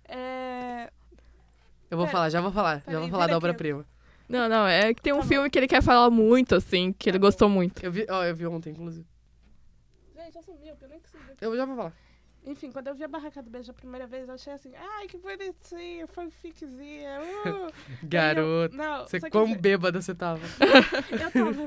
Eu vou falar, já vou falar. Já vou Peraí, falar da vira aqui. obra-prima. não, é que tem um Tá bom. filme que ele quer falar muito, assim, que ele gostou muito. Eu vi ontem, inclusive. Gente, eu sou míope, eu nem consigo ver. Eu já vou falar. Enfim, quando eu vi a Barraca do Beijo a primeira vez, eu achei assim, ai, que bonitinho, fanficzinha. Garoto. Não, Você só que quão assim, bêbada você tava. eu tava...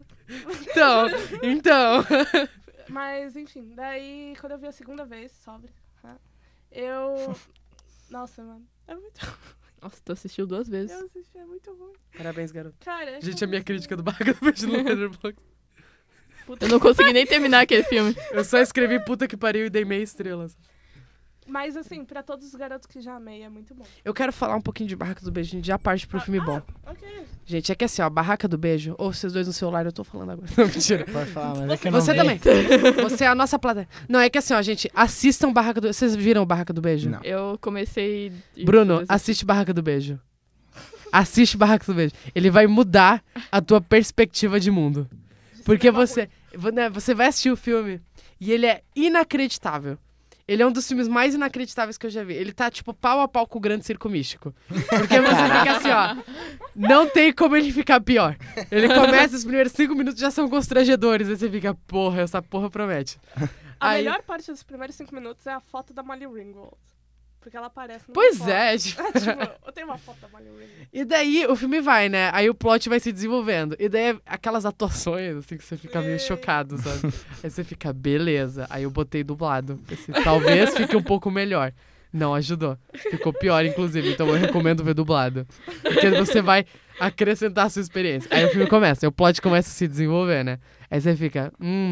Então. Mas, enfim, daí, quando eu vi a segunda vez, sobre, tá? eu... Nossa, mano, é muito ruim. Nossa, tu assistiu 2 vezes. Eu assisti, é muito ruim. Parabéns, garoto. Cara, Gente, a minha crítica do Barraca do Beijo no Letterboxd. Eu não consegui nem terminar aquele filme. Eu só escrevi puta que pariu e dei meia estrela. Mas, assim, pra todos os garotos que já amei, é muito bom. Eu quero falar um pouquinho de Barraca do Beijo, a gente já parte pro filme bom. Ok. Gente, é que assim, ó, Barraca do Beijo, ou vocês dois no celular, eu tô falando agora. Não, mentira. Pode falar, mas é que eu não Você vi. também. Você é a nossa plateia. Não, é que assim, ó, gente, assistam Barraca do... Vocês viram Barraca do Beijo? Não. Eu comecei... Bruno, assiste Barraca do Beijo. Assiste Barraca do Beijo. Ele vai mudar a tua perspectiva de mundo. Porque você vai assistir o filme e ele é inacreditável. Ele é um dos filmes mais inacreditáveis que eu já vi. Ele tá, tipo, pau a pau com o Grande Circo Místico. Porque você fica assim, ó... Não tem como ele ficar pior. Ele começa, os primeiros 5 minutos já são constrangedores. Aí você fica, porra, essa porra promete. A Aí- melhor parte dos primeiros 5 minutos é a foto da Molly Ringwald. Porque ela aparece no Pois é, tipo... eu tenho uma foto da Molly Ringwald. E daí o filme vai, né? Aí o plot vai se desenvolvendo. E daí aquelas atuações, assim, que você fica meio chocado, sabe? Aí você fica, beleza. Aí eu botei dublado. Assim, talvez fique um pouco melhor. Não ajudou. Ficou pior, inclusive. Então eu recomendo ver dublado. Porque você vai acrescentar a sua experiência. Aí o filme começa. Aí o plot começa a se desenvolver, né? Aí você fica,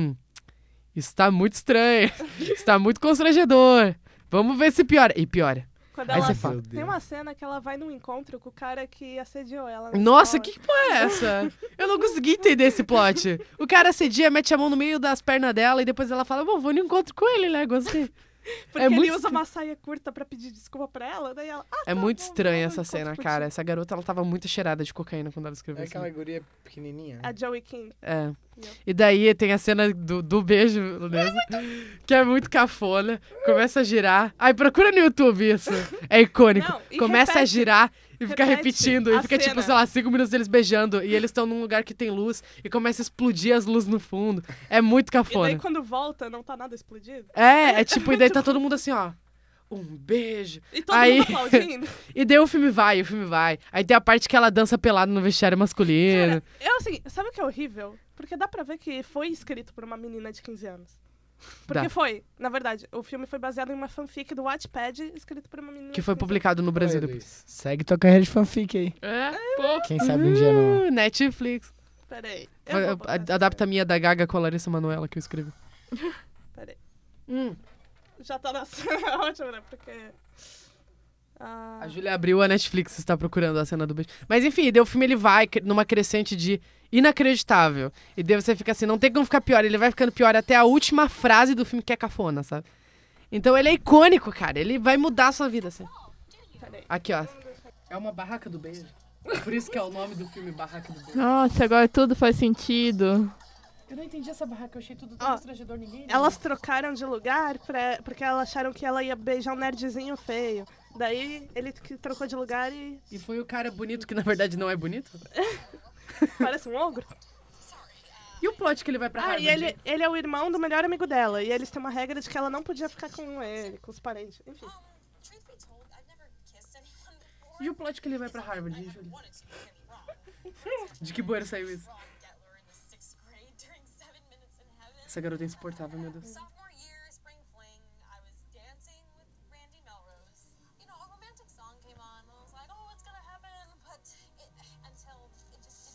isso tá muito estranho. Isso tá muito constrangedor. Vamos ver se piora. E piora. Quando Aí ela você fala, tem uma cena que ela vai num encontro com o cara que assediou ela. na Nossa, escola. que porra é essa? Eu não consegui entender esse plot. O cara assedia, mete a mão no meio das pernas dela e depois ela fala, bom, vou no encontro com ele, né? Gostei. Porque é ele muito usa uma saia curta pra pedir desculpa pra ela, daí ela... É muito estranha essa encontro cena, contigo. cara. Essa garota, ela tava muito cheirada de cocaína quando ela escreveu É isso. aquela guria pequenininha. A Joey King. É. E daí tem a cena do beijo mesmo, que é muito cafona. Começa a girar. Ai, procura no YouTube isso. É icônico. Não, e Começa a repete. girar e fica Repete repetindo. E a fica, tipo, cena. sei lá, 5 minutos deles beijando. E eles estão num lugar que tem luz. E começa a explodir as luzes no fundo. É muito E daí cafona. quando volta, não tá nada explodido. É tipo, e daí tá todo mundo assim, ó. Um beijo. E todo Aí- mundo aplaudindo. E daí o filme vai. Aí tem a parte que ela dança pelada no vestiário masculino. Eu, assim, sabe o que é horrível? Porque dá pra ver que foi escrito por uma menina de 15 anos. Porque Dá. foi, na verdade, o filme foi baseado em uma fanfic do Wattpad escrito por uma menina Que de foi 15 publicado no Brasil Oi, depois. Luiz. Segue tua carreira de fanfic aí. Pô. Quem sabe um dia não... Netflix. anos. Peraí. eu vou botar essa Adapta a minha da Gaga com a Larissa Manoela que eu escrevi. cena. Peraí. Hum. Já tá na cena ótima, né? Porque... A Júlia abriu a Netflix, está procurando a cena do beijo. Mas enfim, daí o filme ele vai numa crescente de inacreditável. E daí você fica assim, não tem como ficar pior. Ele vai ficando pior até a última frase do filme que é cafona, sabe? Então ele é icônico, cara. Ele vai mudar a sua vida, assim. Peraí. Aqui, ó. É uma barraca do beijo. Por isso que é o nome do filme, Barraca do Beijo. Nossa, agora tudo faz sentido. Eu não entendi essa barraca, eu achei tudo tão Ó, constrangedor, ninguém... Elas trocaram de lugar porque elas acharam que ela ia beijar um nerdzinho feio. Daí ele que trocou de lugar e E foi o cara bonito que na verdade não é bonito? parece um ogro. E o plot que ele vai pra Ah, Harvard? e ele é o irmão do melhor amigo dela. E eles têm uma regra de que ela não podia ficar com ele, com os parentes. Enfim. E o plot que ele vai pra Harvard, hein, Júlia? De que bueiro saiu isso? Essa garota é insuportável, meu Deus. Sophomore year, spring fling, I was dancing with Randy Melrose. You know, a romantic song came on, and I was like, oh, what's gonna happen? But until it just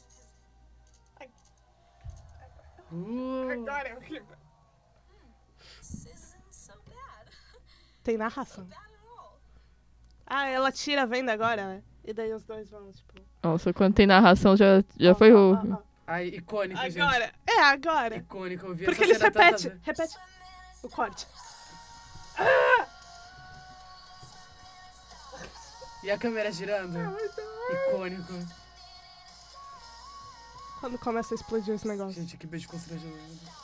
didn't, because Agora é horrível. this isn't so bad. Tem narração. Bad at all. Ah, ela tira a venda agora, né? E daí os dois vão, tipo... Nossa, quando tem narração já foi o... Ai, icônico, gente. Agora. É, agora. Icônico, eu vi Porque essa eles cena tantas repetem. vezes. Repete o corte. E a câmera girando. Icônico. Quando começa a explodir esse negócio. Gente, que beijo constrangedor.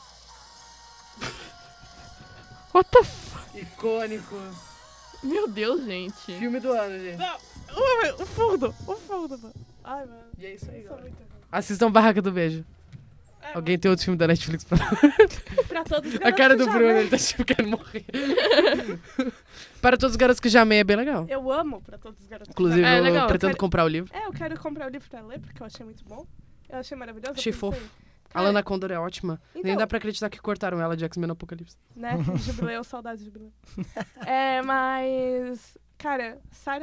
What the f... Icônico. Meu Deus, gente. Filme do ano, gente. Não, o fundo, mano. Ai, mano. E é isso aí, Isso é galera. muito ruim. Assistam Barraca do Beijo. É, Alguém tem outro filme da Netflix pra pra todos os A cara do garotos que Bruno, já ele tá tipo querendo morrer. Para todos os garotos que já amei é bem legal. Eu amo pra todos os garotos. Inclusive, É, eu legal. pretendo Eu quero- comprar o livro. Eu quero comprar o livro pra ler, porque eu achei muito bom. Eu achei maravilhoso. Achei eu pensei, fofo. A cara, Lana Condor é ótima. Nem então, dá pra acreditar que cortaram ela de X-Men Apocalipse. Né? Jubileu, saudades de Jubileu. Mas... Cara,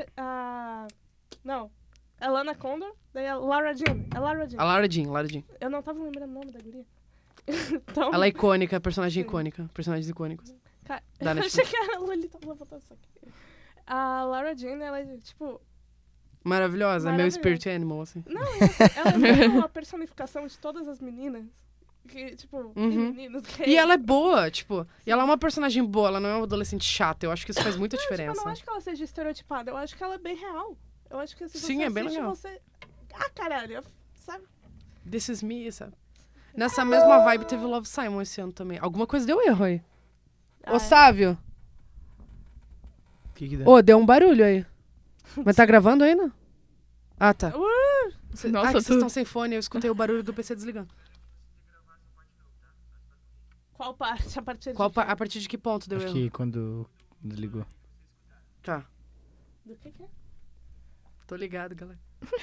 não. É Lana Condor, daí é Lara Jean. É Lara Jean. A Lara Jean. Eu não tava lembrando o nome da guria. Então, Ela é icônica, personagem icônica. Personagens icônicos. Cara, Da eu Netflix. achei que era a Lolita Levantando isso aqui. A Laura Jean, ela é, tipo... Maravilhosa, é meu Maravilhosa. spirit animal, assim. Não, ela é uma personificação de todas as meninas. Que, tipo, e meninos gays. E ela é boa, tipo, e ela é uma personagem boa, ela não é uma adolescente chata. Eu acho que isso faz muita Tipo, eu diferença. não acho que ela seja estereotipada, eu acho que ela é bem real. Eu acho que se Sim, você é bem assiste, legal. você... Ah, caralho, sabe? This is me, sabe? Nessa mesma vibe teve o Love Simon esse ano também. Alguma coisa deu erro aí. Ah, Ô, é. Sávio. O que deu? Ô, deu um barulho aí. Mas tá gravando ainda? Ah, tá. Nossa, Ah, que vocês tu- estão sem fone, eu escutei o barulho do PC desligando. Qual parte? A partir Qual de... a partir de que ponto deu Acho erro? que quando desligou. Tá, Do que é? tô ligado, galera.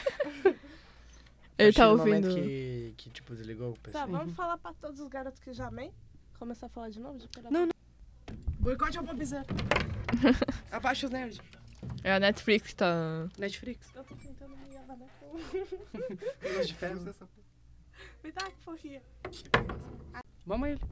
Ele tá Acho que no ouvindo. momento que tipo, desligou o PC. Tá, vamos falar pra todos os garotos que já amei? Começar a falar de novo? De Não, Boicote ao Popzera. Abaixa os nerds. É a Netflix que tá... Netflix. Eu tô tentando me abanar com... Negócio de ferro. Me dá, que fofinha. Vamos ele.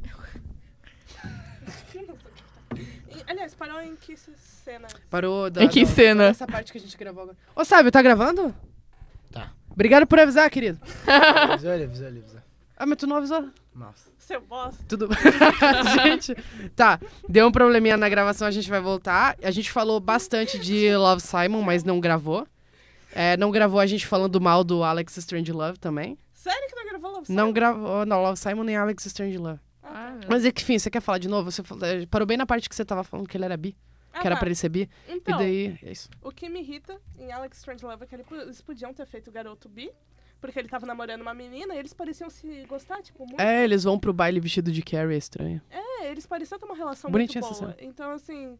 Aliás, parou em que cena? Parou da... Em que cena? Essa parte que a gente gravou agora. Ô, Sábio, tá gravando? Tá. Obrigado por avisar, querido. Avisou ele, avisou ele, avisou. Ah, mas tu não avisou? Nossa. Seu bosta. Tudo gente, tá, deu um probleminha na gravação, a gente vai voltar. A gente falou bastante de Love Simon, mas não gravou. Não gravou a gente falando mal do Alex Strangelove também. Sério que não gravou Love Não Simon? gravou, não, Love Simon nem Alex Strangelove. Ah, Mas enfim, você quer falar de novo? Você parou bem na parte que você tava falando que ele era bi. Que era tá. pra ele ser bi. Então, E daí, é isso. o que me irrita em Alex Strangelove é que eles podiam ter feito o garoto bi, porque ele tava namorando uma menina e eles pareciam se gostar, tipo, muito. Eles vão pro baile vestido de Carrie, é estranho. Eles pareciam ter uma relação Bonitinha muito essa boa. Então, assim,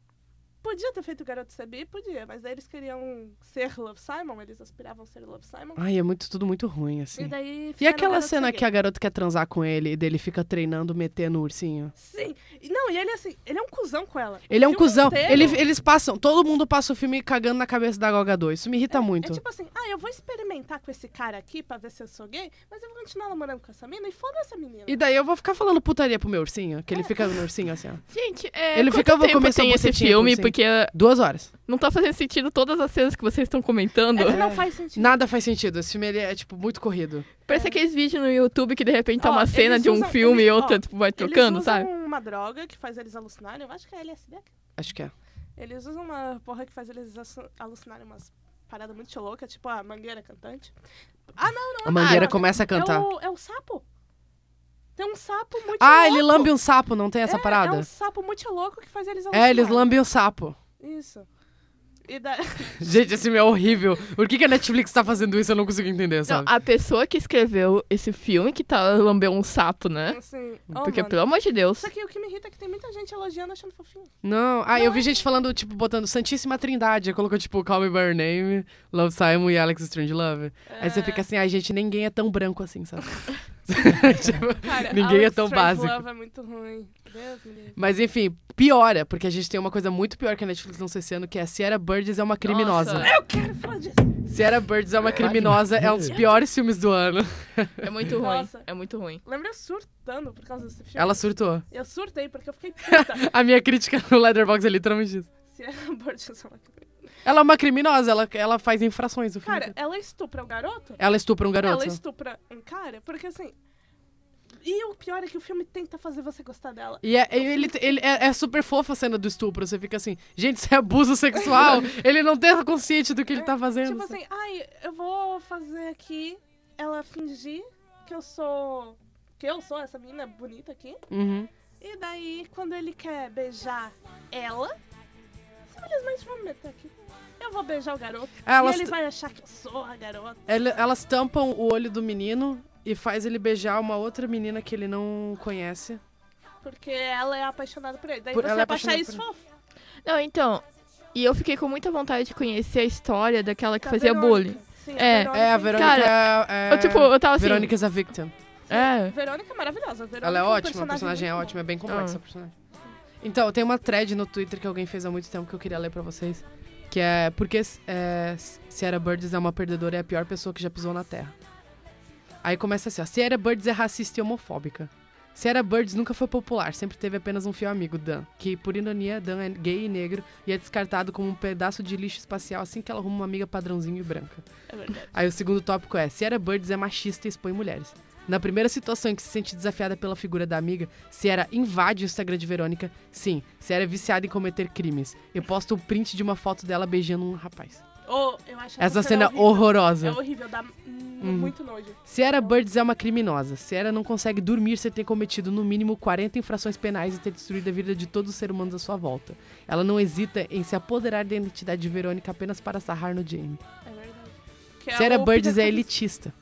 podia ter feito o garoto ser bi? Podia, mas daí eles queriam ser Love Simon, eles aspiravam a ser Love Simon. Ai, é tudo muito ruim, assim. E daí E fizeram o aquela garoto cena ser que gay. a garota quer transar com ele e dele fica treinando, metendo o ursinho? Sim. Não, e ele, assim, ele é um cuzão com ela. Ele é um O filme cuzão. inteiro Eles passam, todo mundo passa o filme cagando na cabeça da Gal Gadot. Isso me irrita muito. É tipo assim, eu vou experimentar com esse cara aqui pra ver se eu sou gay, mas eu vou continuar namorando com essa mina e foda essa menina. E daí eu vou ficar falando putaria pro meu ursinho, que ele fica no ursinho assim, ó. gente, Ele quanto fica- vou tempo comer sua tem esse bucetinha filme? por Porque 2 horas. não tá fazendo sentido todas as cenas que vocês estão comentando. É que não faz sentido. Nada faz sentido. Esse filme ele é, tipo, muito corrido. Parece aqueles vídeos no YouTube que de repente tá Ó, uma cena eles de um usam- filme e eles- outra, ó, tipo, vai Eles trocando, usam sabe? uma droga que faz eles alucinarem, eu acho que é LSD. Acho que é. Eles usam uma porra que faz eles alucinarem umas paradas muito loucas, tipo a mangueira cantante. Ah, não, não é A mangueira nada. começa a cantar. É o sapo. Tem um sapo muito louco. Ah, ele lambe um sapo, não tem essa parada? É um sapo muito louco que faz eles alucinarem. Eles lambem o sapo. Isso. E da... Gente, esse filme é horrível. Por que a Netflix tá fazendo isso? Eu não consigo entender, Não, sabe? a pessoa que escreveu esse filme que tá lambeu um sapo, né? assim, Porque, mano. pelo amor de Deus. Só que o que me irrita é que tem muita gente elogiando achando fofinho. Não. Ah, eu vi gente falando, tipo, botando Santíssima Trindade. Colocou, tipo, Call Me By Your Name, Love Simon e Alex Strangelove. Aí você fica assim, ai, gente, ninguém é tão branco assim, sabe? Tipo, Cara, ninguém é Alex tão básico. Strangelove é muito ruim. Deus me livre. Mas enfim, piora, porque a gente tem uma coisa muito pior que a Netflix lançou esse ano, que é Sierra Burgess é uma criminosa. Nossa. Eu quero falar disso. Sierra Burgess é uma criminosa, é um dos piores filmes do ano. É muito ruim. Nossa. É muito ruim. Lembra eu surtando por causa desse filme? Ela surtou. Eu surtei porque eu fiquei puta. A minha crítica no Letterboxd é literalmente isso. Se é Burgess é uma criminosa. Ela é uma criminosa, ela faz infrações no filme. Cara, ela estupra um garoto? Ela estupra um garoto. Ela estupra um cara? Porque assim... E o pior é que o filme tenta fazer você gostar dela. E ele é super fofa a cena do estupro. Você fica assim, gente, isso é abuso sexual. Ele não tem consciente do que ele tá fazendo. Tipo assim, ai, eu vou fazer aqui ela fingir que eu sou essa menina bonita aqui. Uhum. E daí, quando ele quer beijar ela, simplesmente vou me meter aqui. Eu vou beijar o garoto. Elas- E ele vai achar que eu sou a garota. Elas tampam o olho do menino e faz ele beijar uma outra menina que ele não conhece. Porque ela é apaixonada por ele. Daí Por- você ela é vai achar apaixonada isso por fofo. Não, então. E eu fiquei com muita vontade de conhecer a história daquela que Da fazia Verônica. bullying. Sim, É. É, a Verônica Cara, é... eu tava assim. Verônica is a victim. É. Verônica é maravilhosa. Verônica Ela é um ótima, a personagem é muito ótima, é bem complexa Ah. a personagem. Então, tem uma thread no Twitter que alguém fez há muito tempo que eu queria ler pra vocês. Que é porque Sierra Burgess é uma perdedora e é a pior pessoa que já pisou na Terra. Aí começa assim, ó. Sierra Burgess é racista e homofóbica. Sierra Burgess nunca foi popular, sempre teve apenas um fiel amigo, Dan, que, por ironia, Dan é gay e negro e é descartado como um pedaço de lixo espacial assim que ela arruma uma amiga padrãozinho e branca. É verdade. Aí o segundo tópico é: Sierra Burgess é machista e expõe mulheres. Na primeira situação em que se sente desafiada pela figura da amiga, Sierra invade o Instagram de Verônica. Sim, Sierra é viciada em cometer crimes. Eu posto um print de uma foto dela beijando um rapaz. Oh, eu acho Essa cena horrível. horrorosa. É horrível, dá muito nojo. Sierra Burgess é uma criminosa. Sierra não consegue dormir sem ter cometido no mínimo 40 infrações penais e ter destruído a vida de todos os seres humanos à sua volta. Ela não hesita em se apoderar da identidade de Verônica apenas para sarrar no Jamie. É verdade. Que é Sierra o Burgess é Peter elitista.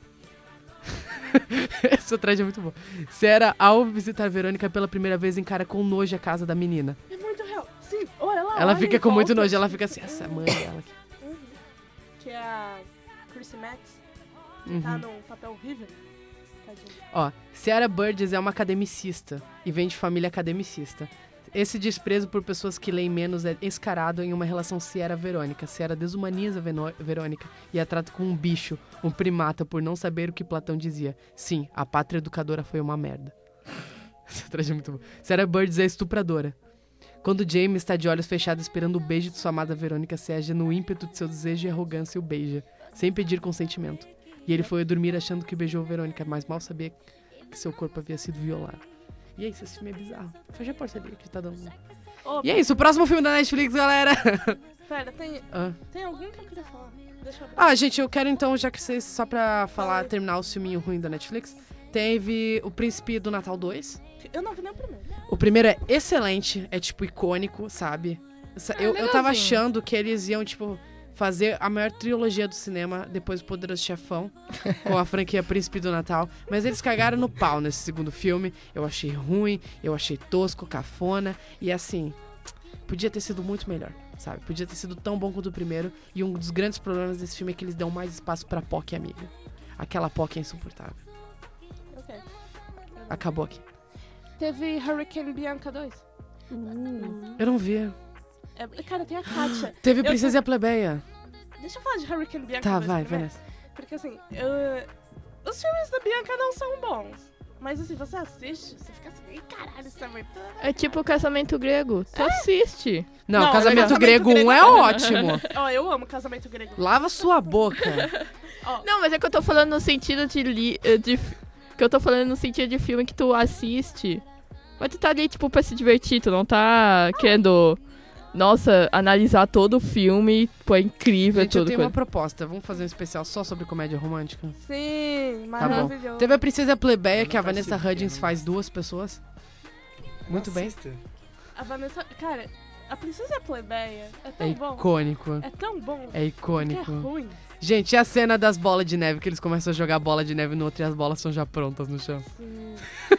Essa trade é muito boa. Sierra, ao visitar Verônica pela primeira vez, encara com nojo a casa da menina. É muito real. Sim, olha lá. Ela olha fica em com muito volta. nojo, ela fica assim, essa mãe dela aqui. Que é a Chrissy Metz, que Uhum. tá num papel horrível. Tadinha. Ó, Sierra Burgess é uma academicista e vem de família academicista. Esse desprezo por pessoas que leem menos é escarado em uma relação Sierra-Verônica. Sierra desumaniza Verônica e a trata como um bicho, um primata, por não saber o que Platão dizia. Sim, a pátria educadora foi uma merda. Essa tragédia é muito boa. Sierra Burgess é estupradora. Quando Jamie está de olhos fechados esperando o beijo de sua amada Verônica, Sierra, no ímpeto de seu desejo e arrogância, o beija, sem pedir consentimento. E ele foi dormir achando que beijou Verônica, mas mal sabia que seu corpo havia sido violado. E é isso, esse filme é bizarro. Fecha a porta ali, que tá dando... Ô, E é isso, o próximo filme da Netflix, galera! Pera, tem Ah. algum que eu queria falar. Deixa eu ver. Ah, gente, eu quero então, já que vocês, só pra falar, terminar o filminho ruim da Netflix, teve O Príncipe do Natal 2. Eu não vi nem o primeiro. O primeiro é excelente, é tipo icônico, sabe? Eu tava legalzinho. achando que eles iam, tipo, fazer a maior trilogia do cinema depois do Poderoso Chefão, com a franquia Príncipe do Natal. Mas eles cagaram no pau nesse segundo filme. Eu achei ruim, eu achei tosco, cafona. E assim, podia ter sido muito melhor, sabe? Podia ter sido tão bom quanto o primeiro. E um dos grandes problemas desse filme é que eles dão mais espaço pra Poc, amiga. Aquela Poc é insuportável. Ok. Acabou aqui. Teve Hurricane Bianca 2. Eu não vi. Cara, tem a Katia. Teve Eu Princesa e a Plebeia. Deixa eu falar de Hurricane Bianca Tá, 2 vai, primeiro. Vanessa. Porque assim, os filmes da Bianca não são bons. Mas assim, você assiste, você fica assim, "Ih, caralho, isso é muito... É tipo o Casamento Grego. Tu assiste. Não, Não, Casamento Casamento Grego 1 Grego é ótimo. Ó, eu amo Casamento Grego. Lava sua boca. Não, mas é que eu tô falando no sentido que eu tô falando no sentido de filme que tu assiste. Mas tu tá ali, tipo, pra se divertir. Tu não tá querendo, nossa, analisar todo o filme. Pô, é incrível Gente, eu tudo. tenho uma proposta. Vamos fazer um especial só sobre comédia romântica? Sim, Tá bom. maravilhoso. Teve a Princesa e a Plebeia, que a não Vanessa participo, Hudgens né? faz 2 pessoas. Muito bem. Assista. A Vanessa... Cara, a Princesa e a Plebeia é É tão bom. icônico. É tão bom. É Que é icônico. ruim. Gente, e a cena das bolas de neve, que eles começam a jogar bola de neve no outro e as bolas são já prontas no chão. Sim.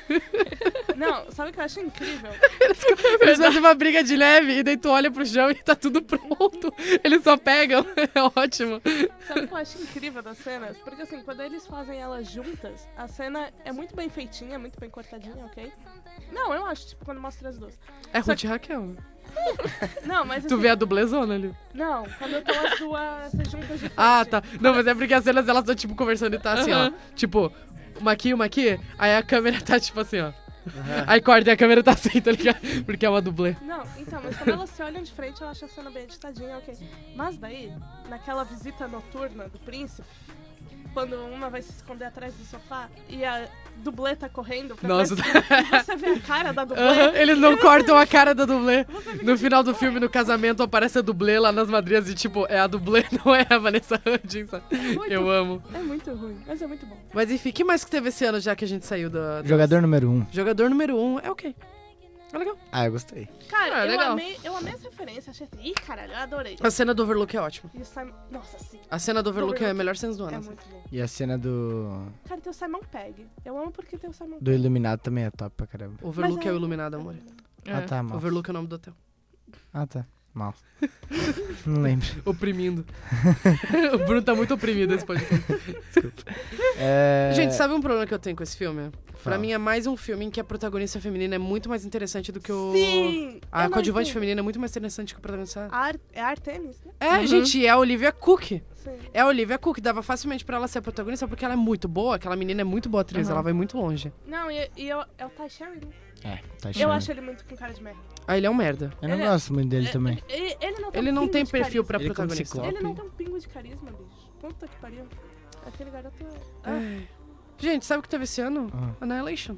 Não, sabe o que eu acho incrível? Eles fazem uma briga de neve e daí tu olha pro chão e tá tudo pronto. Eles só pegam. É ótimo. Sabe o que eu acho incrível das cenas? Porque assim, quando eles fazem elas juntas, a cena é muito bem feitinha, muito bem cortadinha, ok? Não, eu acho, tipo, quando mostra as duas. É Só Ruth e Raquel. Não, mas Tu assim, vê a dublezona ali. não, quando eu tô as duas juntas de frente. Ah, tá. Não, mas é porque as cenas elas estão, tipo, conversando e tá assim, ó. Tipo, uma aqui, aí a câmera tá, tipo assim, ó. Aí corta e a câmera tá assim, tá ligado? Porque é uma dublê. Não, então, mas quando elas se olham de frente, eu acho a cena bem editadinha, ok. Mas daí, naquela visita noturna do príncipe, quando uma vai se esconder atrás do sofá e a dublê tá correndo pra Nossa. frente, e você vê a cara da dublê. Aham, eles não cortam a cara da dublê. No final do filme, no casamento, aparece a dublê lá nas madrinhas e, tipo, é a dublê, não é a Vanessa Hudgens. sabe? Eu amo. É muito ruim, mas é muito bom. Mas enfim, o que mais que teve esse ano, já que a gente saiu da... Jogador número 1. Jogador número 1 é ok. É legal. Ah, eu gostei. Cara, Ah, eu legal. amei essa referência, achei assim, ih, caralho, eu adorei. A cena do Overlook é ótima. E o Simon... Nossa, sim, A cena do Overlook é a Overlook melhor cena do é ano. muito bom. E a cena do Cara, tem o Simon Pegg. Eu amo porque tem o Simon do Iluminado também é top pra caramba. Overlook Mas é o é- Iluminado, amor. Ah, tá, mal. Overlook é o nome do hotel. Ah, tá. Mal. Não lembro. Oprimindo. O Bruno tá muito oprimido nesse podcast. Gente, sabe um problema que eu tenho com esse filme? Pra Fala. mim é mais um filme em que a protagonista feminina é muito mais interessante do que o... Sim! A eu não coadjuvante entendo. feminina é muito mais interessante que o protagonista. É a Artemis, né? É, gente, é a Olivia Cook. Sim. É a Olivia Cook. Dava facilmente pra ela ser a protagonista porque ela é muito boa. Aquela menina é muito boa atriz, ela vai muito longe. Não, é o Ty Sheridan. Tá Eu achando. acho ele muito com cara de merda. Ah, ele é um merda. Eu não Ele- gosto muito dele também. Ele não tem de perfil pra carisma. Ele como protagonista. ciclope. Ele não tem um pingo de carisma, bicho. Puta que pariu. Aquele garoto é... Ai. Gente, sabe o que teve esse ano? Ah. Annihilation.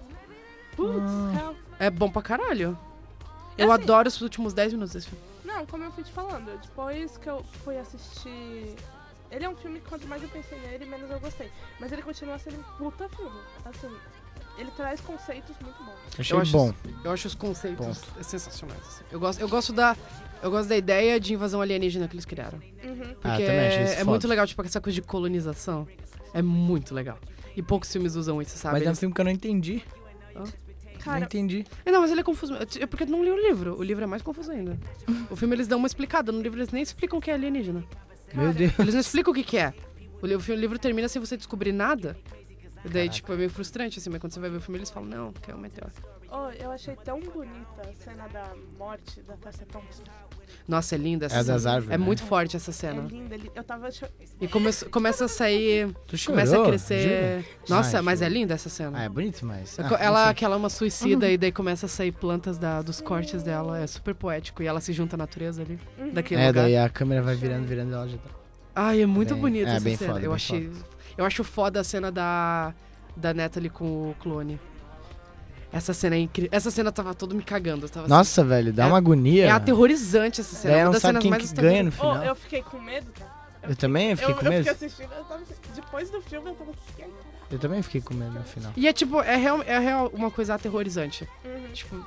Putz, real. É bom pra caralho. Eu assim- adoro os últimos 10 minutos desse filme. Não, como eu fui te falando, depois que eu fui assistir... Ele é um filme que quanto mais eu pensei nele, menos eu gostei. Mas ele continua sendo um puta filme. Assim, ele traz conceitos muito bons. Achei Eu acho bom. Eu acho os conceitos Ponto. sensacionais. Assim. Eu gosto da ideia de invasão alienígena que eles criaram. Uhum. Porque também achei isso é foda. muito legal, tipo, essa coisa de colonização. É muito legal. E poucos filmes usam isso, sabe? Mas é um Eles- filme que eu não entendi. Não Cara, entendi. Não, mas ele é confuso. É porque eu não li o livro. O livro é mais confuso ainda. O filme eles dão uma explicada. No livro eles nem explicam o que é alienígena. Meu Deus. Eles não explicam o que é. O livro termina sem você descobrir nada. E daí, tipo, é meio frustrante, assim. Mas quando você vai ver o filme, eles falam, não, que é um meteoro. oh, eu achei tão bonita a cena da morte da Tessa Thompson. Nossa, é linda essa É cena. das árvores, É né? muito forte essa É cena. linda. Eu tava... E começa a sair... Tu chorou? Começa a crescer... Jura? Nossa, Ai, mas é juro. linda essa cena. Ah, é bonito, mas... Que ela é uma suicida e daí começa a sair plantas dos cortes dela. É super poético. E ela se junta à natureza ali, daquele É, lugar. daí a câmera vai virando e ela já tá... Ai, é muito Bem- bonita é, essa bem cena. foda, eu bem achei... Eu acho foda a cena da Natalie com o clone. Essa cena é incrível. Essa cena tava todo me cagando. Eu tava assim, Nossa, velho, dá uma agonia. é aterrorizante essa cena. Daí É uma não das sabe cenas quem mais que ganha no assustadoras. final. Eu fiquei com medo, cara. Eu também eu fiquei com medo. Eu fiquei assistindo, eu tava assim, depois do filme eu tava assim... Eu também fiquei com medo no final. E é tipo, é real uma coisa aterrorizante. Uhum. Tipo,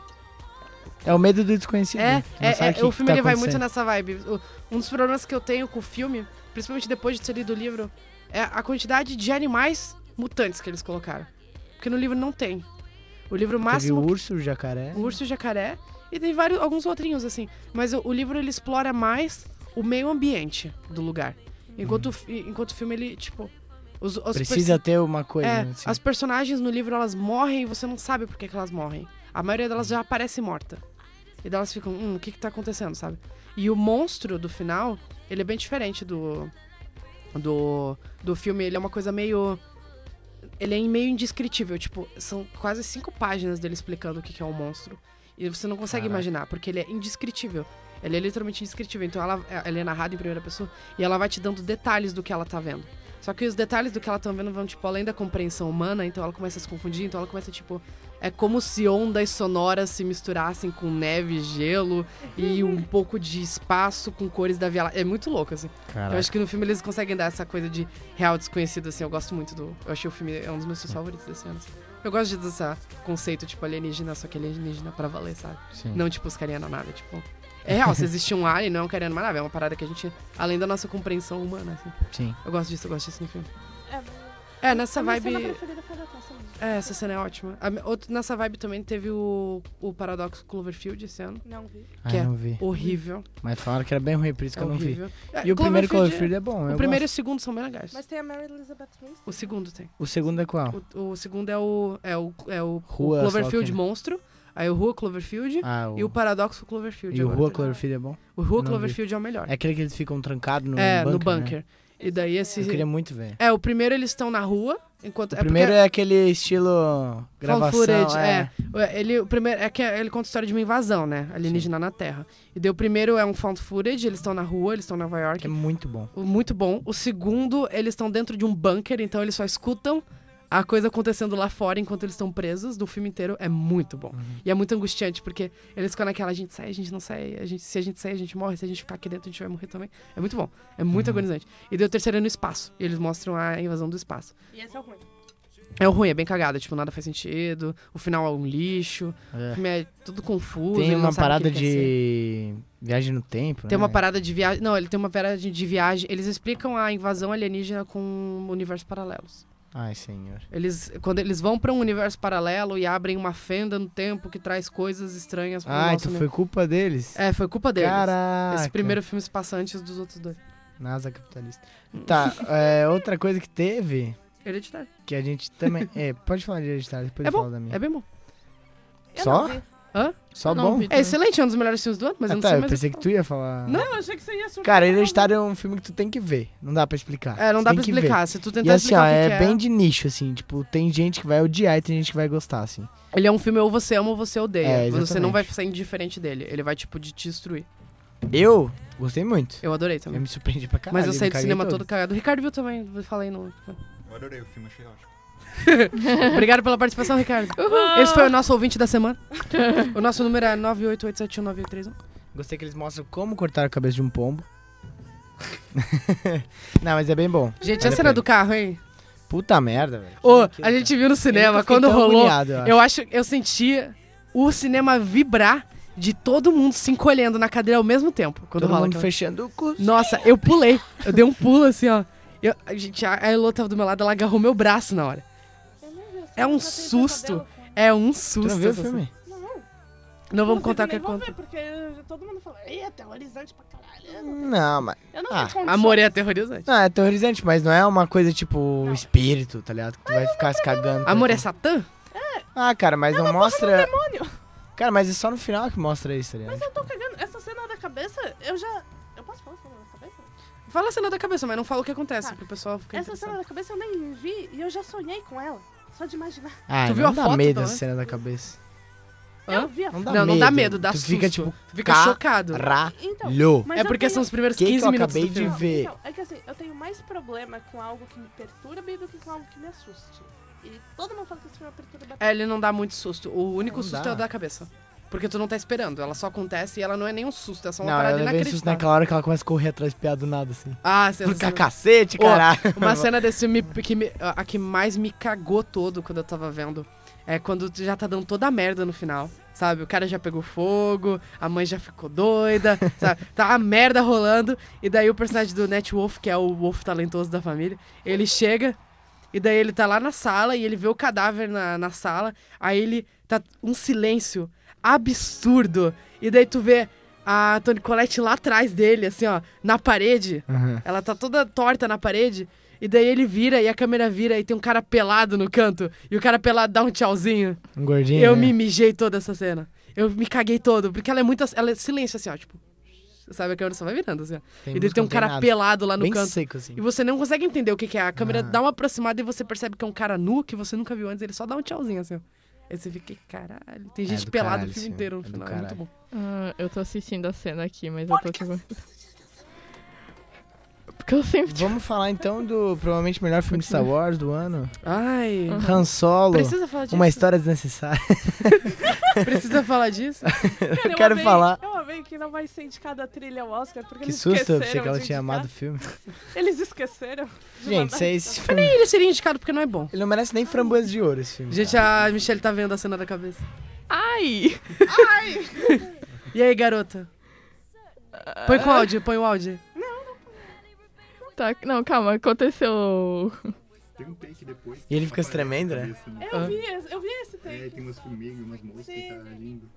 É o medo do desconhecido. Tu não sabe o filme tá ele vai muito acontecendo. nessa vibe. Um dos problemas que eu tenho com o filme, principalmente depois de ter lido o livro, é a quantidade de animais mutantes que eles colocaram. Porque no livro não tem. O livro Teve máximo... o urso, o jacaré. O urso e o jacaré. E tem alguns outrinhos, assim. Mas o livro, ele explora mais o meio ambiente do lugar. Enquanto o filme, ele, tipo... Precisa ter uma coisa, É, né, assim. as personagens no livro, elas morrem e você não sabe por que elas morrem. A maioria delas já aparece morta. E daí elas ficam, o que tá acontecendo, sabe? E o monstro do final, ele é bem diferente do filme. Ele é uma coisa meio... Ele é meio indescritível, tipo, são quase 5 páginas dele explicando o que é um monstro. E você não consegue imaginar, porque ele é indescritível. Ele é literalmente indescritível. Então ela é narrada em primeira pessoa e ela vai te dando detalhes do que ela tá vendo. Só que os detalhes do que ela tá vendo vão, tipo, além da compreensão humana, então ela começa a se confundir, então ela começa, tipo... É como se ondas sonoras se misturassem com neve, gelo e um pouco de espaço com cores da Via Láctea. É muito louco, assim. Caraca. Eu acho que no filme eles conseguem dar essa coisa de real desconhecido, assim. Eu gosto muito do... Eu achei o filme... É um dos meus filmes favoritos desse ano, assim. Eu gosto desse conceito, tipo, alienígena, só que alienígena pra valer, sabe? Sim. Não, tipo, os carinha na nave, tipo... É real, se existe um alien, não é um carinha numa nave. É uma parada que a gente... Além da nossa compreensão humana, assim. Sim. Eu gosto disso no filme. É, É, nessa a minha vibe... cena preferida foi a da Tessa mesmo. É, essa cena é ótima. Nessa vibe também teve o Paradoxo Cloverfield esse ano. Não vi. Ah, Que é não vi. horrível. Mas falaram que era bem ruim, por isso É que eu não vi. horrível. E o primeiro Cloverfield é bom, O eu primeiro e o gosto. segundo são bem legais. Mas tem a Mary Elizabeth Winstead. O segundo tem. O segundo é qual? O segundo é o Rua, Cloverfield só que- Monstro. Aí o Rua Cloverfield Ah, e o Paradoxo Cloverfield. E o agora Rua tem. Cloverfield é bom? O Rua Não vi. Cloverfield é o melhor. É aquele que eles ficam trancados no no bunker, bunker. né? E daí esse... Eu queria muito ver. É, o primeiro eles estão na rua, enquanto... O primeiro é aquele estilo gravação, footage, é. O primeiro é que ele conta a história de uma invasão, né? Alienígena na Terra. E daí o primeiro é um found footage, eles estão na rua, eles estão em Nova York. Que é muito bom. Muito bom. O segundo, eles estão dentro de um bunker, então eles só escutam a coisa acontecendo lá fora enquanto eles estão presos. Do filme inteiro é muito bom. E é muito angustiante, porque eles ficam naquela, a gente sai, a gente não sai, se a gente sair, a gente morre, se a gente ficar aqui dentro, a gente vai morrer também. É muito bom. É muito agonizante. E daí o terceiro é no espaço. E eles mostram a invasão do espaço. E esse é o ruim. É o ruim, é bem cagado, tipo, nada faz sentido, o final é um lixo, o filme é tudo confuso. Tem ele não uma sabe o parada que ele quer ser. de viagem no tempo, Tem né? uma parada de viagem. Não, ele tem uma parada de viagem. Eles explicam a invasão alienígena com universos paralelos. Ai, senhor. Quando eles vão pra um universo paralelo e abrem uma fenda no tempo que traz coisas estranhas pro Ai, nosso tu universo. foi culpa deles? É, foi culpa deles. Caraca. Esse primeiro filme se passa antes dos outros dois. NASA capitalista. Tá, outra coisa que teve, Hereditário. que a gente também... pode falar de Hereditário, depois É eu falo bom, da minha. é bem bom. Eu Só? não vi. Só Não bom? vi É também. excelente, é um dos melhores filmes do ano, mas eu não tá, sei eu mais. pensei que tu ia falar... Não, eu achei que você ia surtar. Cara, Hereditário é um filme que tu tem que ver. Não dá pra explicar. É, não Tu dá tem pra que ver. explicar. Se tu E tentar assim, ó, explicar o que é que bem de nicho, assim. Tipo, tem gente que vai odiar e tem gente que vai gostar, assim. Ele é um filme ou você ama ou você odeia. É, Você não vai exatamente. sair indiferente dele. Ele vai, tipo, de te destruir. Eu gostei muito. Eu adorei Eu também. me surpreendi pra caralho. Mas eu me saí do caguei cinema todo todo. cagado. O Ricardo viu também, eu falei no... Eu adorei o filme, achei ótimo. Obrigado pela participação, Ricardo. Esse foi o nosso ouvinte da semana. O nosso número é 988719831. Gostei que eles mostram como cortar a cabeça de um pombo. Não, mas é bem bom. Gente, Vale a a cena pena. do carro, hein? Puta merda, velho. Ô, Que- a gente viu no cinema, Eu fiquei quando tão rolou, agoniado, eu acho. eu sentia o cinema vibrar de todo mundo se encolhendo na cadeira ao mesmo tempo. Quando Todo rola mundo aquela- fechando o cu. Nossa, eu pulei. Eu dei um pulo assim, ó. A Elô tava do meu lado, ela agarrou meu braço na hora. Eu não vi, eu É um só tenho susto. pesadelo com- É um Tu susto. não viu o essa filme? Não, cena. Não vamos contar o que nem vou conta. ver, porque todo mundo fala, é aterrorizante pra caralho. Não, mas... Eu não Ah, tenho condição. Amor é aterrorizante. Não, é aterrorizante, mas não é uma coisa tipo Não. espírito, tá ligado? Que tu vai ficar se cagando. Amor é tanto. Satã? Ah, cara, mas não mostra... Demônio. Cara, mas é só no final que mostra isso, tá ligado? Mas eu tô cagando. Essa cena da cabeça, eu já... Eu posso falar a cena da cabeça? Fala a cena da cabeça, mas não fala o que acontece, Tá. pro pessoal ficar Essa cena da cabeça eu nem vi e eu já sonhei com ela. Só de imaginar. Ah, Tu viu não a dá foto, medo então, essa né? cena da cabeça. Hã? Eu vi a Não foto. dá Não dá medo, dá tu susto. fica tipo... Tu fica chocado. Então, Caralho. mas É eu porque tenho- são os primeiros Que 15 eu minutos acabei do de filme. ver. Então, é que assim, eu tenho mais problema com algo que me perturbe do que com algo que me assuste. E todo mundo fala que esse filme é perturba. É, ele não dá muito susto. O único Não susto dá. é o da cabeça. Porque tu não tá esperando. Ela só acontece e ela não é nem um susto, é só uma Não, parada ela levei susto inacreditável. naquela hora que ela começa a correr atrás de piada do nada, assim. Ah, Fica cacete, Ô, caralho. Uma cena desse filme a que mais me cagou todo quando eu tava vendo é quando já tá dando toda a merda no final, sabe? O cara já pegou fogo, a mãe já ficou doida, sabe? Tá a merda rolando, e daí o personagem do Nat Wolff, que é o Wolf talentoso da família, ele chega, e daí ele tá lá na sala, e ele vê o cadáver na sala, aí ele tá um silêncio absurdo, e daí tu vê a Toni Collette lá atrás dele, assim, ó, na parede, Uhum. ela tá toda torta na parede. E daí ele vira e a câmera vira e tem um cara pelado no canto. E o cara pelado dá um tchauzinho. Um gordinho, Eu né? me mijei toda essa cena. Eu me caguei todo. Porque ela é muito... Ela é silêncio assim, ó. Tipo... Sabe, a câmera só vai virando assim, ó. E daí música, tem um não cara nada. pelado lá no Bem canto. seco, assim. E você não consegue entender o que que é. A câmera Ah. dá uma aproximada e você percebe que é um cara nu que você nunca viu antes. Ele só dá um tchauzinho assim, ó. Aí você fica, caralho. Tem gente do pelada caralho o filme esse inteiro no filme, é do final. É muito caralho. bom. Eu tô assistindo a cena aqui, mas eu tô tipo... Porque eu sempre... Vamos falar então do provavelmente melhor filme de Star Wars do ano. Ai... Han Solo. Precisa falar disso? Uma história desnecessária. Precisa falar disso? Cara, Eu quero amei- falar. Eu amei que não vai ser indicada a trilha ao Oscar, porque Que eles susto, eu esqueceram pensei que ela de tinha indicar. amado o filme. Eles esqueceram. de Gente, mandar. esse filme... Ele seria indicado porque não é bom. Ele não merece nem framboesa de ouro, esse filme. Gente, cara. a Michelle tá vendo a cena da cabeça. Ai! E aí, garota? Põe com áudio, põe o áudio. Tá, não, calma, aconteceu... Tem um take depois. E ele fica aparece tremendo, a né? cabeça, né? Eu vi esse É, take. tem umas formigas, umas moscas, Sim. tá lindo.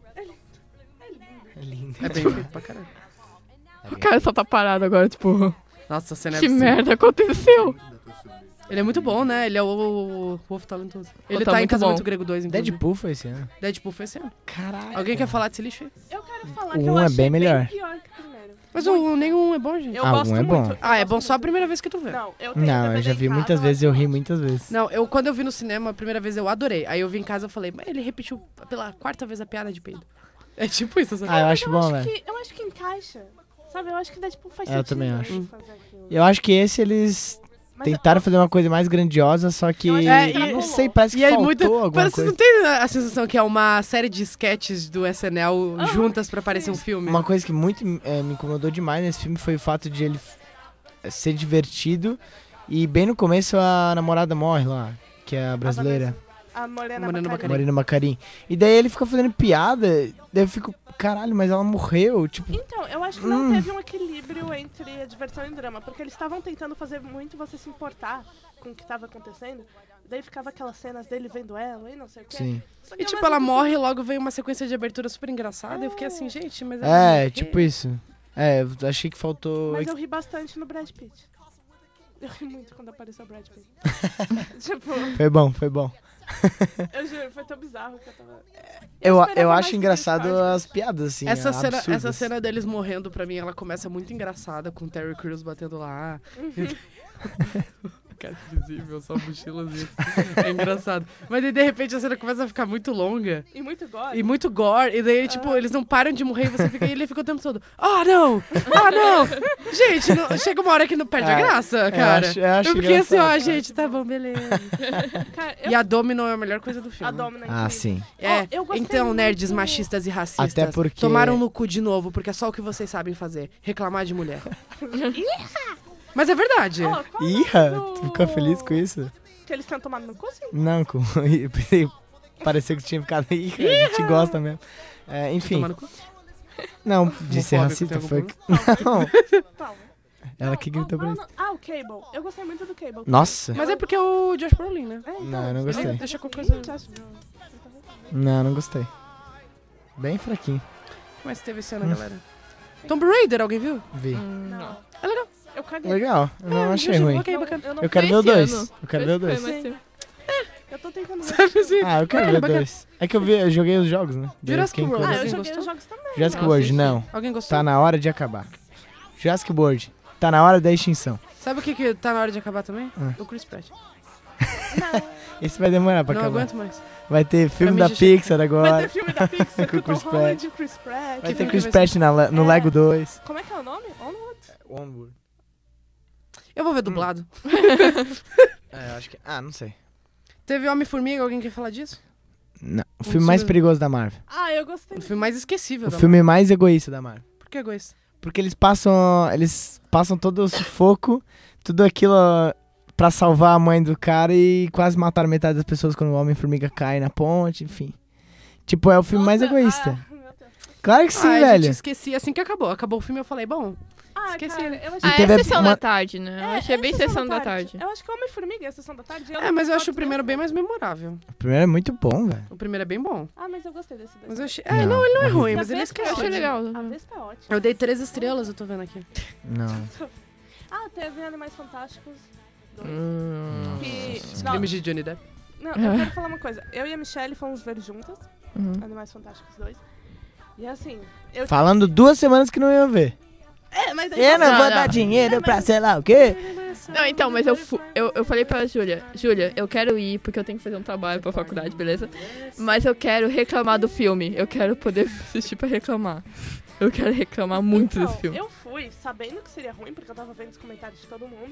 É lindo. É bem feito pra caralho. É O bem cara só tá parado agora, tipo... Nossa, a cena é Que absurda. merda aconteceu? Muito da atuação dele. Ele é muito bom, né? Ele é o Wolf talentoso. Ele tá tá em muito Casamento bom. Grego 2, inclusive. Deadpool foi esse ano. Deadpool foi esse ano. Caralho. Alguém quer falar desse lixo aí? Eu quero falar O que eu um é achei bem melhor. pior que o primeiro. Mas o nenhum é bom, gente. Eu Ah, gosto um é muito. bom. eu Ah, é gosto bom só a muito. primeira vez que tu vê. Não, eu tenho Não, eu DVD já vi em casa, muitas vezes e eu ri acho muitas vezes. Não, quando eu vi no cinema a primeira vez eu adorei. Aí eu vi em casa e falei, mas ele repetiu pela quarta vez a piada de peido. É tipo isso, sabe? Ah, eu Mas acho bom, né? Eu acho que encaixa. Sabe, eu acho que Deadpool faz Eu sentido. também ele acho. fazer aquilo. Eu acho que esse eles Mas tentaram fazer uma coisa mais grandiosa, só que... Eu acho que eu não extrapolou. sei, parece que E aí faltou muita. alguma Parece que coisa. não tem a sensação que é uma série de sketches do SNL juntas pra parecer um filme. Uma coisa que muito me incomodou demais nesse filme foi o fato de ele ser divertido e bem no começo a namorada morre lá, que é a brasileira, A Morena Morena Baccarin. Marina Macarim. E daí ele fica fazendo piada, daí eu fico, caralho, mas ela morreu, tipo... Então, eu acho que não teve um equilíbrio entre a diversão em drama, porque eles estavam tentando fazer muito você se importar com o que tava acontecendo. Daí ficava aquelas cenas dele vendo ela e não sei o quê. Sim. Só que E ao tipo, mesmo ela tempo- morre e logo vem uma sequência de abertura super engraçada. E eu fiquei assim, gente, mas... É, tipo isso. É, eu achei que faltou... Mas eu ri bastante no Brad Pitt. Eu ri muito quando apareceu o Brad Pitt. Tipo, Foi bom, foi bom. eu juro, foi tão bizarro que eu tava... Eu esperava mais acho que engraçado eles as piadas, assim, Essa cena, absurdas. essa cena deles morrendo, pra mim, ela começa muito engraçada, com o Terry Crews batendo lá. Cara invisível, só mochilas e é engraçado. Mas aí, de repente, a cena começa a ficar muito longa E muito gore. e muito gore. E daí, tipo, eles não param de morrer e você fica... E ele fica o tempo todo, oh, não! Oh, não! Gente, chega uma hora que não perde a graça, cara. eu acho fiquei assim, ó, engraçado. gente, tá bom, beleza. Cara, E a Domino é a melhor coisa do a filme. Domina é Ah, incrível. sim. É, Ó, eu gostei então, nerds muito- machistas e racistas, Até porque- tomaram no cu de novo, porque é só o que vocês sabem fazer, reclamar de mulher. Mas é verdade. Ó, qual é o Iha, nome tu do- ficou feliz com isso? Que eles tenham tomado no cu, sim? Não, com... pareceu que tinha ficado... Ih, a gente gosta mesmo. É, enfim, Tomar no cu. não, de ser Homofóbico, racista tem foi... Algum Não, Qual? ela que gritou pra Qual isso. o nome? Ah, o Cable. Eu gostei muito do Cable. Nossa, Mas é porque é o Josh Brolin, né? É, então, Não, eu não gostei. Deixa qualquer coisa. Josh Brolin. não gostei. Bem fraquinho, Mas teve esse ano, galera. Tomb Raider, alguém viu? vi. Não. É legal. Eu caguei. Legal, eu não achei Justo, ruim. ok, bacana. Eu, não, Eu quero ver o Foi esse 2. ano. Eu quero ver o 2. Foi, mas sim. eu tô tentando ver. Sabe assim? Ah, eu quero ver o Bacana. 2. É que eu joguei os jogos, né? Daí eu Jurassic fiquei World. Ah, curioso. eu Alguém joguei gostou? os jogos também. Jurassic Nossa, World, sim. não. Alguém gostou? Tá na hora de acabar. Jurassic World. Tá na hora da extinção. Sabe o que tá na hora de acabar também? Ah. O Chris Pratt. Não. Esse vai demorar pra Não acabar. aguento mais. Vai ter filme mim da já chega. Pixar Vai ter agora. filme da Pixar Com com o Chris Tom Holland e Chris Pratt. Vai Que ter filme Chris que vai Pratt no É. Lego 2. Como é que é o nome? Onward? Onward. Eu vou ver dublado. É, eu acho que... Ah, não sei. Teve Homem-Formiga, alguém quer falar disso? Não. O dos filme mais filmes- perigoso da Marvel. Ah, eu gostei. O filme mais esquecível O da filme mais egoísta da Marvel. Marvel. Por que egoísta? Porque eles passam todo o sufoco, tudo aquilo pra salvar a mãe do cara e quase mataram metade das pessoas quando o Homem-Formiga cai na ponte, enfim. Tipo, é o filme mais Nossa, egoísta. Ah, meu Deus. Claro que sim, Ai, velho. gente, esqueci assim que acabou. Acabou o filme, eu falei, bom, Ah, Esqueci. cara, eu achei... Ah, teve é sessão uma- da tarde, né? Eu achei bem sessão da tarde. Eu acho que Homem-Formiga é a sessão da tarde. é, mas eu acho o primeiro bem mais memorável. O primeiro é muito bom, velho. O primeiro é bem bom. Ah, mas eu gostei desse. Mas eu achei... É, não, ele não é ruim, mas ele é Eu esquecível. achei legal. A Vespa é ótima. Eu dei 3 estrelas, eu tô vendo aqui. Não. Ah, teve Animais Fantásticos 2. Que... Os Não, crimes de Johnny Depp. não, eu quero falar uma coisa. Eu e a Michelle fomos ver juntas Uhum. Animais Fantásticos 2. E assim, eu... Falando 2 semanas que não ia ver. É, mas aí... Eu não Não, vou não. dar dinheiro pra sei lá o quê. Não, então, mas eu falei pra Júlia, eu quero ir porque eu tenho que fazer um trabalho pra faculdade, beleza? Mas eu quero reclamar do filme. Eu quero poder assistir pra reclamar. Eu quero reclamar muito Então, desse filme. eu fui sabendo que seria ruim, porque eu tava vendo os comentários de todo mundo.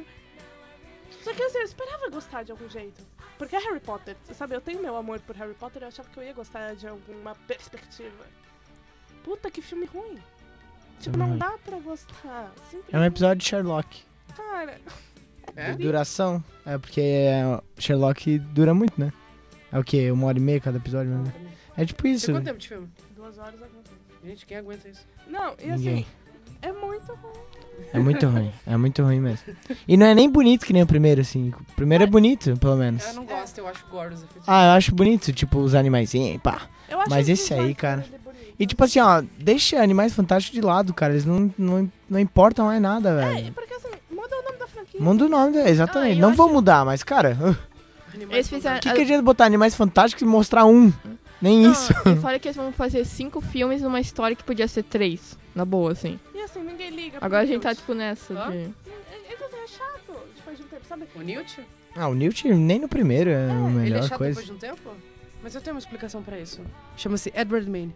Só que assim, eu esperava gostar de algum jeito. Porque é Harry Potter, sabe? Eu tenho meu amor por Harry Potter, eu achava que eu ia gostar de alguma perspectiva. Puta, que filme ruim. Tipo, não dá pra gostar. É um episódio de Sherlock. Cara, É? De duração. É porque Sherlock dura muito, né? É o quê? 1h30 cada episódio? Né? É tipo isso. Tem quanto tempo de filme? 2 horas aguenta. Gente, quem aguenta isso? Não, e Ninguém. assim, é muito ruim. É muito ruim. É muito ruim mesmo. E não é nem bonito que nem o primeiro, assim. O primeiro é bonito, pelo menos. Eu não gosto, eu acho gore os efeitos. Ah, eu acho bonito, tipo, os animaizinhos, pá. Eu acho Mas os esse aí, visuais cara. dele bonito. E tipo assim, ó, deixa Animais Fantásticos de lado, cara. Eles não importam mais nada, É, velho. porque assim, muda o nome da franquia. Muda o nome, exatamente. Ah, eu não vou acho- mudar, mas, cara, Eles fizeram. que adianta botar Animais Fantásticos e mostrar um? Nem Não, isso. E fora que eles vão fazer 5 filmes numa história que podia ser 3. Na boa, assim. E assim, ninguém liga. pro Agora a gente tá, Newt. tipo, nessa Hã? de... Então assim, é chato, depois de um tempo, sabe? O Newt? Ah, o Newt nem no primeiro é a Ele é melhor chato coisa. depois de um tempo? Mas eu tenho uma explicação pra isso. Chama-se Edward Maine.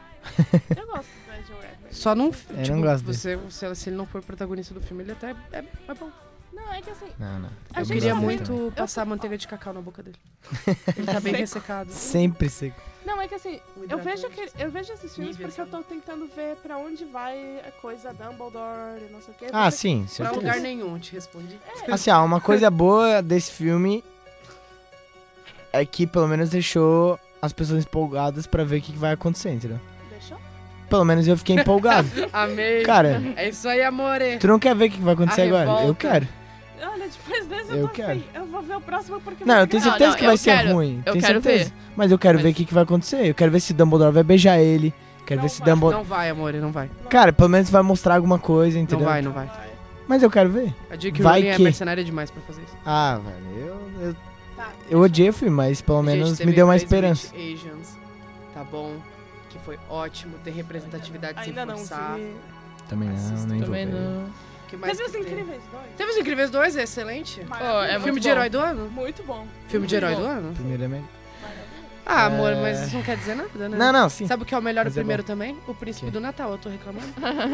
Eu gosto do Ed Redmayne. Só não... Eu tipo, não gosto dele. se ele não for protagonista do filme, ele até é bom. Não, é que assim, Não. A Eu gente queria também. muito passar manteiga de cacau na boca dele. Ele tá bem Seco. ressecado. Sempre seco. não, é que assim, O eu vejo, hidratante. eu vejo esses filmes Nível, porque eu tô tentando ver pra onde vai a coisa Dumbledore e não sei o quê. Ah, Você- sim, Pra lugar certeza. nenhum, te respondi. Assim, ó, uma coisa boa desse filme é que pelo menos deixou as pessoas empolgadas pra ver o que vai acontecer, entendeu? Deixou? pelo menos eu fiquei empolgado. Amei. Cara, É isso aí, amore. tu não quer ver o que vai acontecer A agora? Eu revolta. quero. Olha, depois desse Eu eu tô quero. assim. Eu vou ver o próximo porque... Não, eu tenho Não, certeza não, que vai eu ser quero. ruim. Eu tenho quero certeza. ver. Mas eu quero Mas- ver o que vai acontecer. Eu quero ver se Dumbledore vai beijar ele. Quero Não ver se vai. Dumbledore... Não vai, amore, não vai. Cara, pelo menos vai mostrar alguma coisa, Não entendeu? vai, não vai. Mas eu quero ver. A J.K. Vai Rowling é que- mercenária demais pra fazer isso. Ah, velho, eu Tá, odiei o filme, mas pelo menos Gente, me teve deu uma Crazy esperança. Rich Asians, tá bom, que foi ótimo, tem representatividade ainda sem não forçar. vi. Também não, Assista. nem vou Também ver. não. Que mais Teve Os que tem? Incríveis 2. Teve Os Incríveis 2, é excelente. é Maravilhoso. muito Filme de bom. herói do ano? Muito bom. Filme de herói do ano? Primeiro é melhor. Ah, amor, É. mas isso não quer dizer nada, né? Não, não, sim. Sabe o que é o melhor Mas do é primeiro também? O Príncipe Que? do Natal, eu tô reclamando.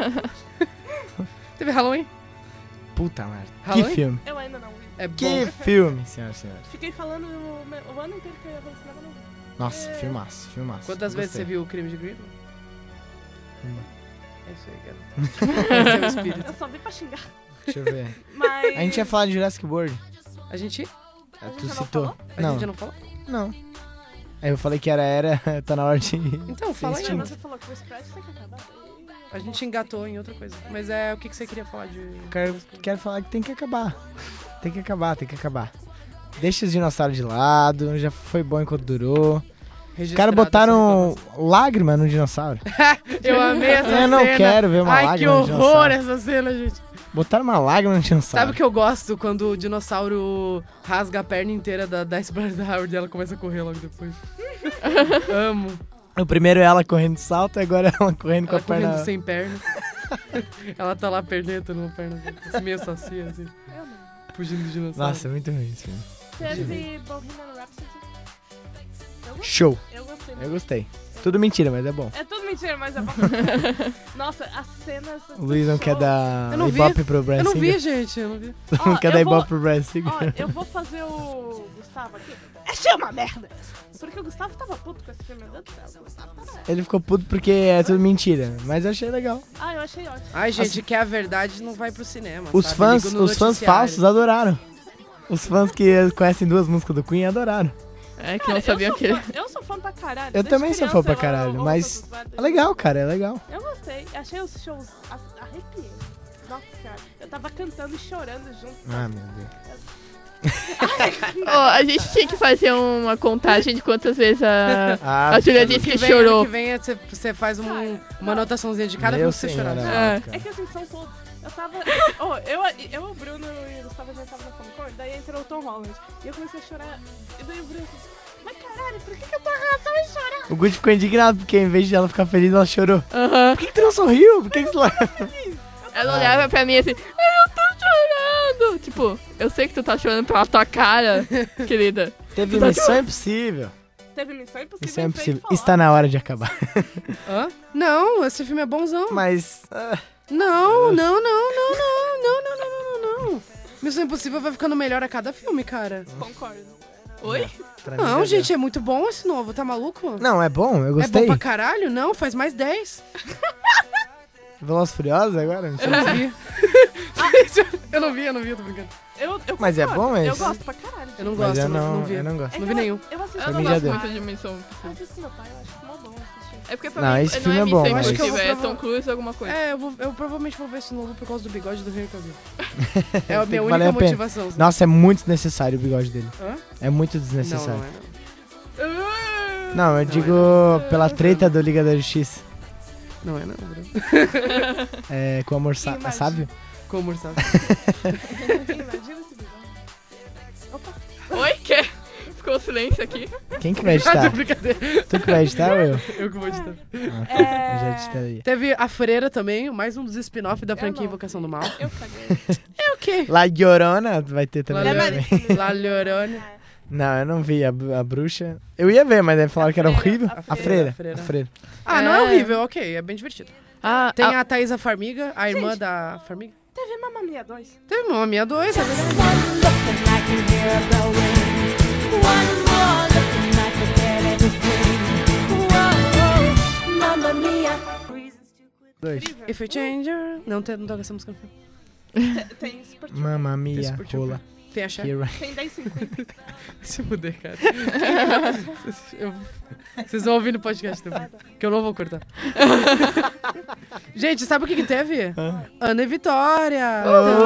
Teve Halloween? Puta merda. Halloween? Que filme. Eu ainda não vi. É bom. Que filme, senhora. Fiquei falando o ano inteiro que eu ia ver no cinema, não vi. Nossa, filmaço, filmaço. Quantas vezes você Gostei. viu o Crime de Greenland? Uma. É isso aí, cara. Esse é o espírito. Eu só vi pra xingar. Deixa eu ver. Mas... A gente ia falar de Jurassic World. A gente Ah, gente tu já não citou. falou? A Não, gente já não falou? não. Aí eu falei que era, tá na hora de... Então, fala aí. Mas extinto. você falou que o Spread tem que acabar. A gente engatou em outra coisa. Mas é o que você queria falar de. Quero falar que tem que acabar. Tem que acabar. Deixa os dinossauros de lado, já foi bom enquanto durou. Os caras botaram lágrima no dinossauro. Eu amei essa cena. Eu não quero ver uma Ai, que lágrima no horror dinossauro. essa cena, gente. Botaram uma lágrima no dinossauro. Sabe o que eu gosto? Quando o dinossauro rasga a perna inteira da Spread Howard e ela começa a correr logo depois. Amo. O primeiro é ela correndo de salto, agora ela correndo com Ela a perna... correndo sem perna. Ela tá lá perneta numa perna meio sacia, assim. Fugindo do dinossauro. Nossa, é muito ruim esse filme. Teve Bohemian Rhapsody. Eu gostei. Show. Eu gostei. Eu gostei. Tudo mentira, mas é bom. É tudo mentira, mas é bom. Nossa, as cenas... O Luiz não quer dar Eu não vi. ibope pro Brad Eu não vi, Singer. gente, eu não vi. Não quer dar eu vou- ibope pro Brad Singer. Ó, eu vou fazer o Gustavo aqui. Achei uma merda! Porque o Gustavo tava puto com esse filme, meu Deus do céu. O Gustavo tava... Ele ficou puto porque é tudo mentira. Mas eu achei legal. Ah, eu achei ótimo. Ai, gente, que a verdade não vai pro cinema. Os sabe? fãs, Ligo no os fãs noticiário. falsos adoraram. Os fãs que conhecem duas músicas do Queen adoraram. É que Cara, não sabiam que. Eu sou fã pra caralho. Eu Desde também sou fã criança pra caralho, ouço mas os Bad é legal, cara, é legal. Eu gostei. Achei os shows... Arrepiei. Nossa, cara. Eu tava cantando e chorando junto. Ah, meu Deus. Ó, a gente tinha que fazer uma contagem de quantas vezes a Julia filho. disse que Ano chorou. que vem você faz uma anotaçãozinha de cada Meu filme que você senhor, chorar. amado, É. cara. É que assim, são todos. Eu tava... o Bruno e o Gustavo já estavam na Comic Con, daí entrou o Tom Holland. E eu comecei a chorar. E daí o Bruno assim, mas caralho, por que eu tô razão em chorar? O Gucci ficou indignado porque em vez de ela ficar feliz, ela chorou. Aham. Por que tu não sorriu? Por que que você... Ela olhava pra mim assim, eu tô chorando. Tipo, eu sei que tu tá chorando pela tua cara, querida. Teve Missão Impossível. Teve Missão Impossível. Missão e Impossível. Fate Está na hora de acabar. Hã? Não, esse filme é bonzão. Mas... Não. Missão Impossível vai ficando melhor a cada filme, cara. Concordo. Oi? Não, gente, é muito bom esse novo, tá maluco? Não, é bom, eu É gostei. bom pra caralho? Não, faz mais 10. Velozes e Furiosos agora? Eu não vi. eu não vi, eu tô brincando. Eu Mas é concordo. bom esse? Eu gosto pra caralho. Eu não Mas gosto, eu não vi. eu não gosto. É Não que vi nenhum. Eu assisti Eu Pra não mim já gosto deu. muito de Missão Eu Impossível. assisti com meu pai, eu acho mó bom assistir. É porque pra Não, mim esse não filme é é bom, Missão mas- Impossível, Acho que eu é vou Tom Cruise ou alguma coisa. É, eu provavelmente vou ver esse novo por causa do bigode do Henry Cavill. É a Tem minha que valer única a pena. motivação. sabe? Nossa, é muito desnecessário o bigode dele. Hã? É muito Não, desnecessário. não é não. Não, eu digo pela treta do Liga da Justiça. Não é não, Bruno. É, com o amor Imagina. sábio. Como sabe? Imagina esse bigode. Opa, Oi? Que? Ficou silêncio aqui. Quem que vai Ah, editar? tô brincadeira. Tu que vai editar ou eu? Eu que vou editar. Ah, tá. Eu já editaria. Teve A Freira também, mais um dos spin-off da franquia não. Invocação do Mal. eu caguei. É o quê? La Llorona vai ter também. La É Llorona. La Llorona. Não, eu não vi a bruxa. Eu ia ver, mas aí falaram que era freira, horrível. a A freira. A freira. A freira. Ah, não é horrível, ok, é bem divertido. Ah, Tem a Thaisa Farmiga, a irmã Gente. da Farmiga. Teve Mamma Mia 2. Teve uma minha 2, é verdade. One looking like you hear blowing. One more looking like you get everything. Whoa, Mamma Mia. Reasons to quit. Dois. If you change your... Não toca essa música no filme. Tem Super Mamma Tem mia, Super Trooper. rola. Tem a chefe? Kira. Tem 10,50. Se fuder, cara. Vocês vão ouvir no podcast também, que eu não vou cortar. Gente, sabe o que teve? Ana e Vitória.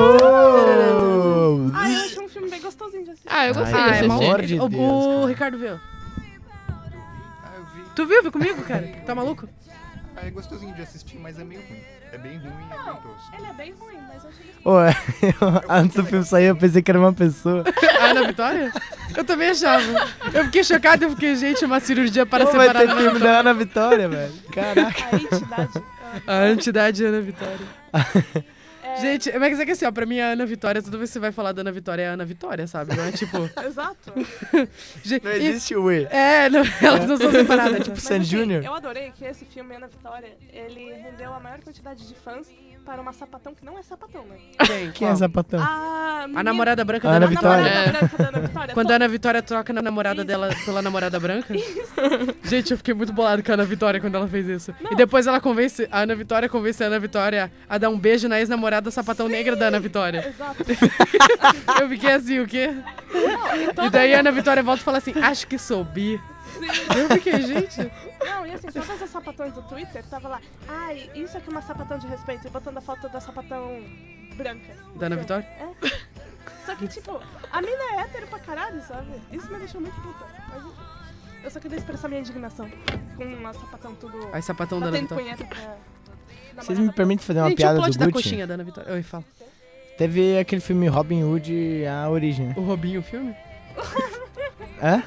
Oh! Ah, eu achei um filme bem gostosinho de assistir. Ah, eu gostei Ai, desse pelo filme. amor de o Deus, cara. Ricardo viu. Eu vi. Tu viu? Viu comigo, cara? Tá maluco? É gostosinho de assistir, mas é meio ruim. É bem ruim e é bem tosco. Ele é bem ruim, mas eu achei ele... Ô, antes do filme sair, eu pensei que era uma pessoa. A Ana Vitória? Eu também achava. Eu fiquei chocado, eu fiquei, gente, uma cirurgia para Pô, vai separar ter filme da Ana Vitória, velho. Caraca. A entidade. a entidade Ana Vitória. É, Gente, mas é que assim, ó, pra mim a Ana Vitória, toda vez que você vai falar da Ana Vitória, é a Ana Vitória, sabe? Não é tipo... Exato. gente, Não existe o E. não, elas não são separadas, tipo... Mas, Sandy assim, Júnior. eu adorei que esse filme, Ana Vitória, ele rendeu a maior quantidade de fãs para uma sapatão que não é sapatão, né? Quem é sapatão? A namorada branca Ana da Ana Vitória. Vitória. namorada branca da Ana Vitória. Quando a Ana Vitória troca na namorada dela pela namorada branca. Gente, eu fiquei muito bolado com a Ana Vitória quando ela fez isso. E depois ela convence, a Ana Vitória convence a Ana Vitória a dar um beijo na ex-namorada sapatão negra da Ana Vitória. Exato. Eu fiquei assim, o quê? E daí a Ana Vitória volta e fala assim, acho que sou bi. Eu fiquei, gente... Não, e assim, todas as sapatões do Twitter tava lá, ai, isso aqui é uma sapatão de respeito, e botando a foto da sapatão branca. Da Ana Vitória? É. Só que, tipo, a mina é hétero pra caralho, sabe? Isso me deixou muito puta. Mas eu só queria expressar minha indignação com uma sapatão tudo Aí sapatão da Ana batendo Vitória. punheta pra... Vocês me permitem fazer uma Gente, o piada plot do da Gucci? coxinha da Ana Vitória. Oi, fala. Teve aquele filme Robin Hood, A Origem, né? O Robinho, o filme? Hã?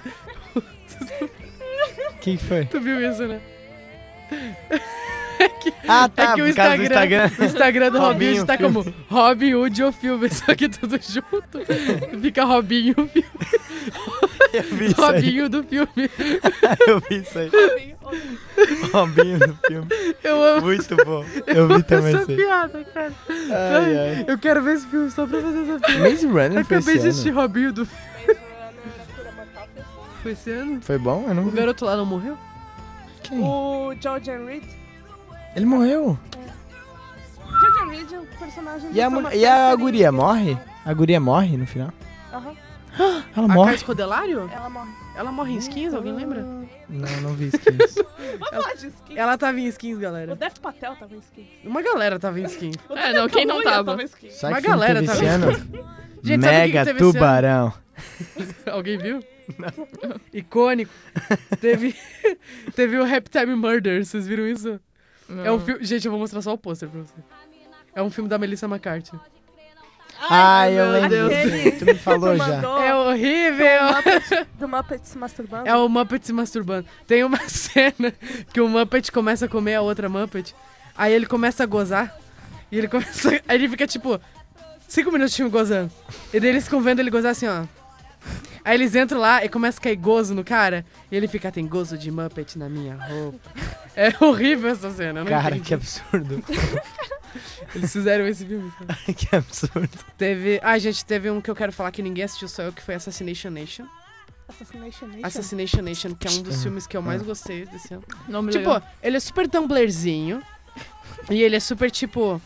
O que foi? Tu viu isso, né? Ah, tá, é que o por causa do Instagram. O Instagram do Robinho Robinho, está como Robin Hood o filme, só que tudo junto. Fica Robinho o filme. Eu vi isso aí. Robinho do filme. Eu vi isso aí. Robinho do filme. Eu amo Muito bom. Eu vi também essa isso aí. piada, cara. Ai, ai. Eu quero ver esse filme só pra fazer essa piada. Maze Runner foi Acabei de esse assistir ano. Robinho do filme. Mas a neuratura mortal foi assim. Foi esse ano? Foi bom? Eu não O vi. garoto lá não morreu? Quem? O Jordan Reed. Ele morreu. Jordan Reed é o personagem E a, do Thomas e a Jefferson. guria morre? A guria morre no final? Aham, Ela A morre? Caio Escodelário? ela morre. Ela morre em skins, alguém lembra? Não, não vi skins. Vamos falar de skin. Ela tava em skins, O galera. Dev Patel tava em skin. Uma galera tava em skin. O É, Daniel não, quem não Kaluuya tava? em skin. Sabe Uma que filme galera teve tava esse ano? Gente, sabe o que Mega teve esse ano? Tubarão. Alguém viu? Não. Icônico. Teve o Ragtime Murder, vocês viram isso? É um filme... Gente, eu vou mostrar só o pôster pra você. É um filme da Melissa McCarthy. Ai, eu meu lembro. Deus. Tu me falou Tu já. mandou É horrível! do Muppet se masturbando. É o Muppet se masturbando. Tem uma cena que o Muppet começa a comer a outra Muppet, aí ele começa a gozar, e ele começa... Aí ele fica, tipo, 5 minutos de filme gozando. E daí eles ficam vendo ele gozar assim, ó. Aí eles entram lá e começa a cair gozo no cara, e ele fica, tem gozo de Muppet na minha roupa. É horrível essa cena, eu não Cara, entendi. que absurdo. Eles fizeram esse filme, sabe? Que absurdo. Teve... Ah, gente, teve um que eu quero falar que ninguém assistiu, só eu, que foi Assassination Nation. Assassination Nation. Assassination Nation, que é um dos filmes que eu mais gostei desse ano. Nome Tipo, legal. ele é super Tumblrzinho. E ele é super, tipo...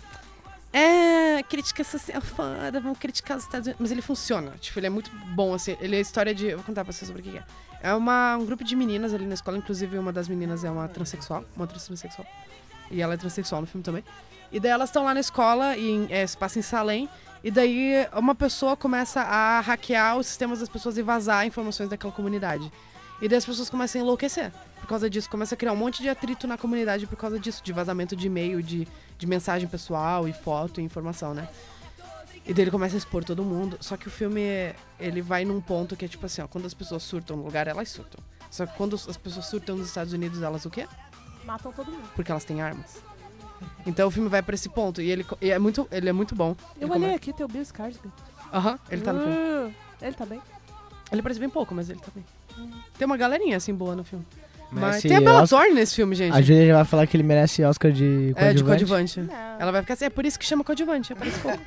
crítica social foda, vamos criticar os Estados Unidos. Mas ele funciona. Tipo, ele é muito bom, assim. Ele é a história de... Eu vou contar pra vocês sobre o que é. É um grupo de meninas ali na escola. Inclusive, uma das meninas é uma transexual. Uma atriz transexual. E ela é transexual no filme também. E daí elas estão lá na escola, e se passa em Salem. E daí uma pessoa começa a hackear os sistemas das pessoas e vazar informações daquela comunidade. E daí as pessoas começam a enlouquecer por causa disso. Começa a criar um monte de atrito na comunidade por causa disso. De vazamento de e-mail, de mensagem pessoal e foto e informação, né? E daí ele começa a expor todo mundo. Só que o filme, ele vai num ponto que é tipo assim, ó. Quando as pessoas surtam no lugar, elas surtam. Só que quando as pessoas surtam nos Estados Unidos, elas o quê? Matam todo mundo. Porque elas têm armas. Então o filme vai pra esse ponto. E ele é muito bom. Eu Ele olhei aqui, tem o Bill Skarsgård. Aham, ele tá no filme. Ele tá bem? Ele parece bem pouco, mas ele tá bem. Tem uma galerinha assim boa no filme. Mas Merece tem a Bella Oscar- Thorne nesse filme, gente. A Júlia já vai falar que ele merece Oscar de É, de coadjuvante. coadjuvante. Não. Ela vai ficar assim, é por isso que chama coadjuvante, aparece pouco.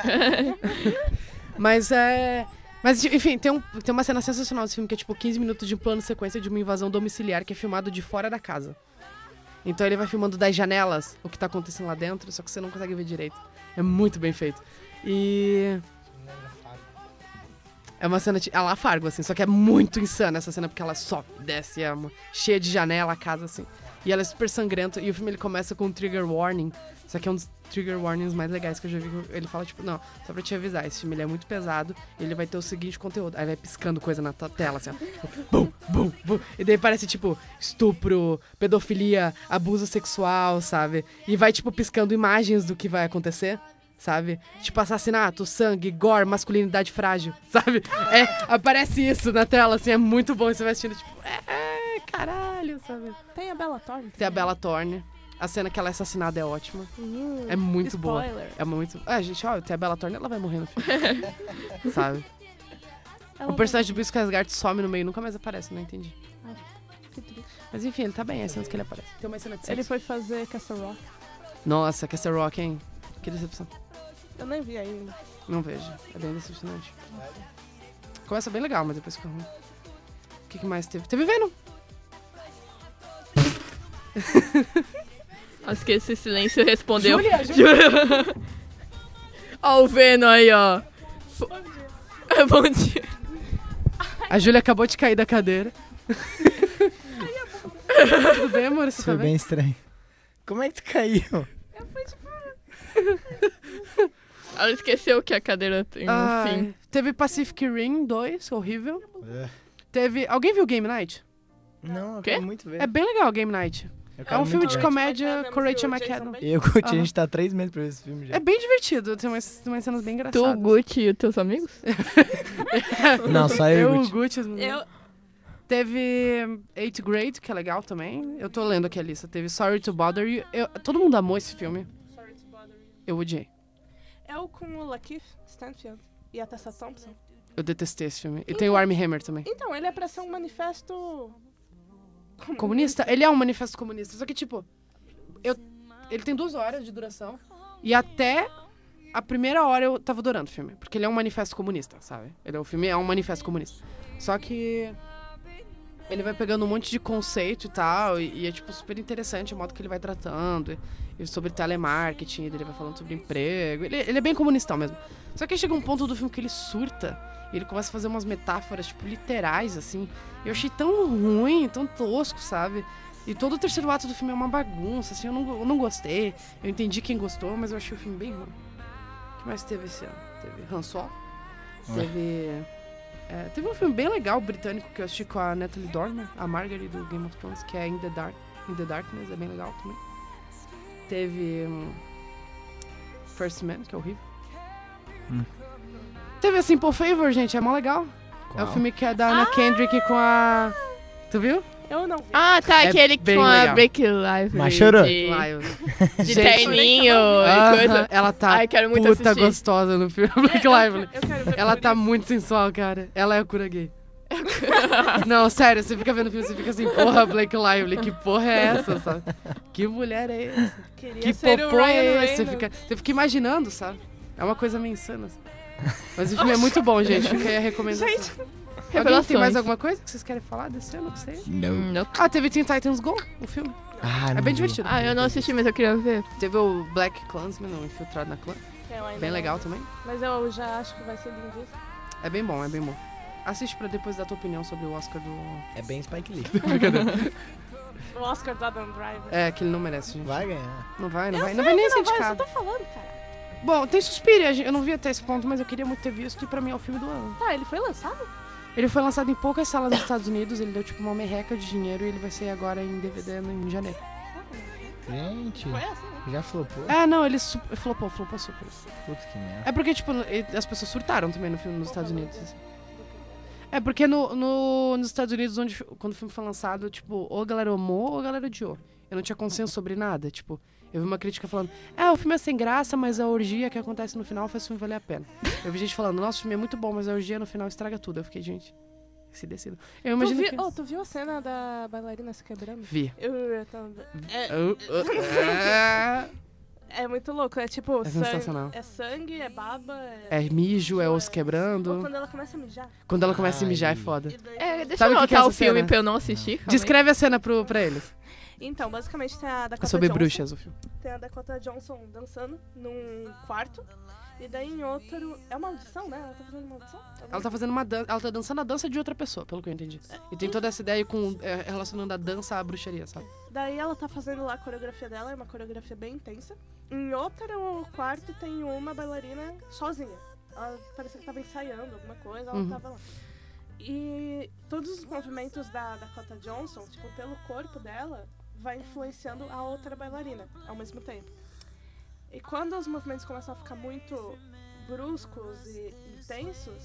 Mas enfim, tem uma cena sensacional desse filme que é tipo 15 minutos de plano sequência de uma invasão domiciliar que é filmado de fora da casa. Então ele vai filmando das janelas o que tá acontecendo lá dentro, só que você não consegue ver direito. É muito bem feito. E... É uma cena, ela lá Fargo, assim, só que é muito insana essa cena, porque ela sobe, desce, cheia de janela, a casa, assim. E ela é super sangrenta, e o filme ele começa com um trigger warning, só que é um dos trigger warnings mais legais que eu já vi. Ele fala, tipo, não, só pra te avisar, esse filme ele é muito pesado, e ele vai ter o seguinte conteúdo. Aí vai piscando coisa na tela, assim, ó. Tipo, bum, bum, bum. E daí parece, tipo, estupro, pedofilia, abuso sexual, sabe? E vai, tipo, piscando imagens do que vai acontecer. Sabe? Tipo, assassinato, sangue, gore, masculinidade frágil, sabe? Aparece isso na tela, assim, é muito bom. Você vai assistindo, tipo, caralho, sabe? Tem a Bella Thorne. Tem a Bella Thorne. A cena que ela é assassinada é ótima. É muito boa. Spoiler. É muito... gente, ó, tem a Bella Thorne, ela vai morrer no filme. Sabe? Ela O personagem do Bill Skarsgård some no meio e nunca mais aparece, não entendi. Que triste. Mas enfim, ele tá bem, é cenas que ele aparece. Tem uma cena de sexo. Ele foi fazer Castle Rock. Nossa, Castle Rock, hein? Que decepção. Eu nem vi ainda. Não vejo. É bem decepcionante. Começa bem legal, mas depois fica ruim. O que mais teve? Teve Venom. Acho que esse silêncio respondeu. Júlia! Ó o Venom aí, ó. Bom dia. A Júlia acabou de cair da cadeira. Tudo bem, amor? Você Foi tá bem bem? estranho. Como é que tu caiu? Ela esqueceu que a cadeira tem um fim. Teve Pacific Rim 2, horrível. Teve... Alguém viu Game Night? Não, eu Quê? quero muito ver. É bem legal Game Night. Eu É quero um filme muito de ver. comédia com Rachel McAdams. E eu curti, a Aham. gente tá 3 meses pra ver esse filme já. É bem divertido, tem umas cenas bem Tu, engraçadas. Gucci e os teus amigos? Não, só eu e o o Gucci. Gucci. as meninas. Eu... Teve 8th Grade, que é legal também. Eu tô lendo aqui a lista. Teve Sorry to Bother You. Todo mundo amou esse filme. Sorry to bother you. Eu odiei. É o com o Lakeith Stanfield e a Tessa Thompson. Eu detestei esse filme. E tem o Armie Hammer também. Então, ele é pra ser um manifesto... Comunista? Ele é um manifesto comunista. Só que, tipo, ele tem 2 horas de duração. E até a primeira hora eu tava adorando o filme. Porque ele é um manifesto comunista, sabe? O filme é um manifesto comunista. Só que ele vai pegando um monte de conceito e tal. E é, tipo, super interessante o modo que ele vai tratando. E sobre telemarketing, ele vai falando sobre emprego. Ele é bem comunistão mesmo. Só que aí chega um ponto do filme que ele surta. E ele começa a fazer umas metáforas, tipo, literais, assim. Eu achei tão ruim, tão tosco, sabe? E todo o terceiro ato do filme é uma bagunça, assim, eu não gostei. Eu entendi quem gostou, mas eu achei o filme bem ruim. O que mais teve esse ano? Teve Han Solo. Teve um filme bem legal, britânico, que eu assisti com a Natalie Dormer, a Margaery do Game of Thrones, que é In the Darkness, é bem legal também. Teve First Man, que é horrível. Teve a Simple Favor, gente, é mó legal. É o filme que é da Anna Kendrick com a... Tu viu? Eu não vi. Ah, tá, É aquele bem com a legal. Blake Lively. Mas chorou? De Gente, terninho e aham, coisa. ela tá Ai, quero muito puta assistir. gostosa no filme, Blake Lively. Eu quero ver Ela por tá isso. muito sensual, cara. Ela é a cura gay. Não, sério, você fica vendo o filme, você fica assim, porra, Blake Lively, que porra é essa, sabe? Que mulher é essa? Queria Que ser o popô Ryan é esse? Reynolds. Você fica imaginando, sabe? É uma coisa meio insana. Assim. Mas o filme é muito bom, gente. Fica aí a recomendação. Alguém tem Revelações. mais alguma coisa que vocês querem falar desse ano? Não sei. Não. Ah, teve Teen Titans Go, o filme. Ah, É não bem vi. divertido. Ah, eu não assisti, mas eu queria ver. Teve o Black Klansman, o Infiltrado na Clã. Eu ainda Bem não legal vi. também. Mas eu já acho que vai ser lindíssimo. É bem bom, é bem bom. Assiste pra depois dar tua opinião sobre o Oscar do... É bem Spike Lee. O Oscar do Adam Driver. É, que ele não merece, gente. Vai ganhar. Não vai, não Eu vai. sei Não vai nem que ser não vai, eu só indicado. tô falando, cara. Bom, tem Suspiria. Eu não vi até esse ponto, mas eu queria muito ter visto. E pra mim é o filme do ano. Tá, ele foi lançado? Ele foi lançado em poucas salas nos Estados Unidos. Ele deu tipo uma merreca de dinheiro e ele vai sair agora em DVD em janeiro. Gente, Foi assim, né? já flopou. Ah, não, ele flopou super. Putz, que merda. É porque, tipo, as pessoas surtaram também no filme nos Estados Unidos. Assim. É porque nos Estados Unidos, quando o filme foi lançado, tipo, ou a galera amou ou a galera odiou. Eu não tinha consenso sobre nada. Tipo, eu vi uma crítica falando, o filme é sem graça, mas a orgia que acontece no final faz o filme valer a pena. Eu vi gente falando, nossa, o filme é muito bom, mas a orgia no final estraga tudo. Eu fiquei, gente, se decida. Eu imagino que... Tu viu a cena da bailarina se quebrando? Vi. Eu também. É muito louco, é tipo... É sensacional. É sangue, é baba... É mijo, é osso Ou quebrando. quando ela começa a mijar. Quando ela começa a Ai. mijar é foda. E daí- Deixa Sabe eu o que que é anotar o essa filme cena? pra eu não assistir. calma aí. Descreve a cena pra eles. Então, basicamente tem a Dakota É sobre Johnson. bruxas o filme. Tem a Dakota Johnson dançando num quarto. E daí em outro... É uma audição, né? Ela tá fazendo uma audição? Ela tá fazendo uma dança, ela tá dançando a dança de outra pessoa, pelo que eu entendi. E tem toda essa ideia com relacionando a dança à bruxaria, sabe? Daí ela tá fazendo lá a coreografia dela, é uma coreografia bem intensa. Em outro quarto tem uma bailarina sozinha. Ela parecia que tava ensaiando alguma coisa, ela tava lá. E todos os movimentos da Dakota Johnson, tipo, pelo corpo dela, vai influenciando a outra bailarina ao mesmo tempo. E quando os movimentos começam a ficar muito bruscos e intensos,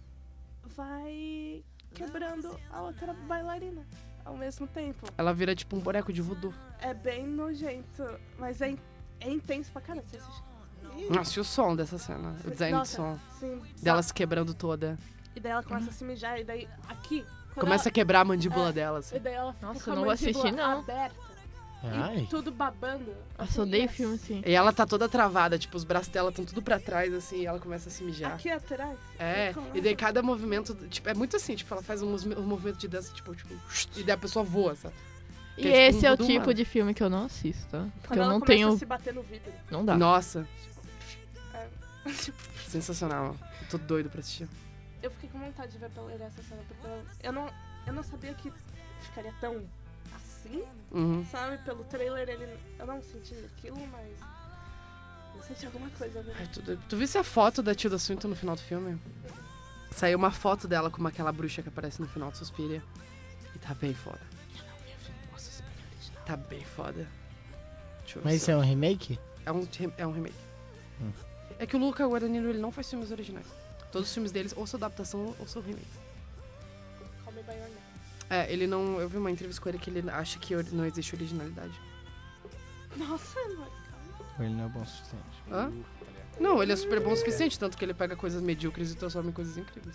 vai quebrando a outra bailarina ao mesmo tempo. Ela vira tipo um boneco de voodoo. É bem nojento, mas é intenso pra caramba. Você assiste. Nossa, e o som dessa cena, o design Nossa, de som. Sim. Dela se quebrando toda. E daí ela começa a se mijar, e daí aqui... quando Começa a quebrar a mandíbula ela, dela, assim. E daí ela fica Nossa, com a eu não vou assistir, mandíbula não. aberta. Ai. E tudo babando. Nossa, eu odeio filme assim. E ela tá toda travada, tipo, os braços dela estão tudo pra trás, assim, e ela começa a se mijar. Aqui atrás. É, e daí cada movimento, tipo, é muito assim, tipo, ela faz um movimento de dança, tipo, e daí a pessoa voa, sabe? E Que é tipo esse um é o voodoo, tipo mano. de filme que eu não assisto, tá? Porque Quando eu ela não começa tenho... a se bater no vidro. Não dá. Nossa. Sensacional. Tô doido pra assistir. Eu fiquei com vontade de ver pela essa cena, porque eu não sabia que ficaria tão assim, Uhum. sabe? Pelo trailer eu não senti aquilo, mas eu senti alguma coisa. Né? Ai, tu visse a foto da Tilda Swinton no final do filme? Saiu uma foto dela com aquela bruxa que aparece no final do Suspiria. E tá bem foda. Tá bem foda. Deixa eu ver Mas se isso é um remake? É um remake. É que o Luca Guadagnino, ele não faz filmes originais. Todos os filmes deles ou são adaptação ou são remakes. Call Me By Your Name. É, ele não... Eu vi uma entrevista com ele que ele acha que não existe originalidade. Nossa, mano. Ou ele não é bom o suficiente? Hã? Não, ele é super bom o suficiente, tanto que ele pega coisas medíocres e transforma em coisas incríveis.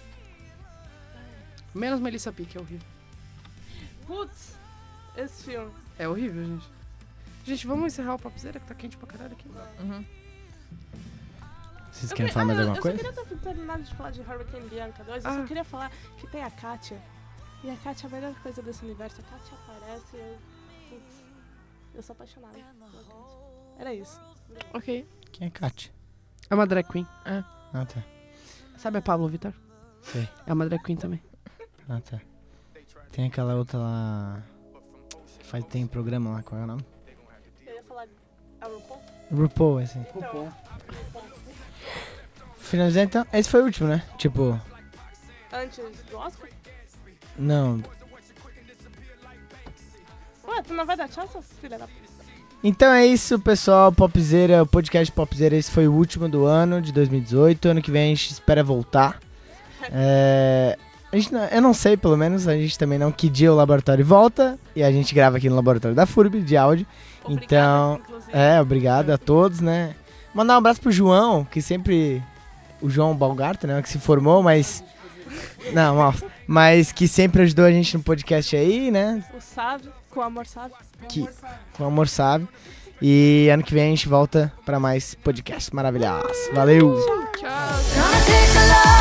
Menos Melissa P, que é horrível. Putz, esse filme. É horrível, gente. Gente, vamos encerrar o Popzera, que tá quente pra caralho aqui. Uhum. Vocês querem falar mais alguma coisa? Eu só queria ter terminado de falar de Hurricane Bianca 2. Eu só queria falar que tem a Katia. E a Katia é a melhor coisa desse universo. A Katia aparece e eu sou apaixonada pela Katia. Era isso. Ok. Quem é Kátia? É uma drag queen. Ah, tá. Sabe a Pablo Vittar? Sei. É uma drag queen também. Ah, tá. Tem aquela outra lá... Tem programa lá, qual é o nome? Eu ia falar a RuPaul. RuPaul, assim. Finalizar então. Esse foi o último, né? Tipo... Antes do Oscar? Não. Ué, tu não vai dar tchau, sua filha da puta? Então é isso, pessoal. Popzera, o podcast Popzera, esse foi o último do ano, de 2018. Ano que vem a gente espera voltar. Eu não sei, pelo menos, a gente também não, que dia o laboratório volta. E a gente grava aqui no laboratório da FURB, de áudio. Obrigada, Então, inclusive. obrigado a todos, né? Mandar um abraço pro João, que sempre... O João Balgarto, né, que se formou, mas... Não, mal. Mas que sempre ajudou a gente no podcast aí, né? O Sábio, com o Amor Sábio. Com amor sabe. E ano que vem a gente volta pra mais podcasts maravilhosos. Valeu! Tchau. Gonna take a love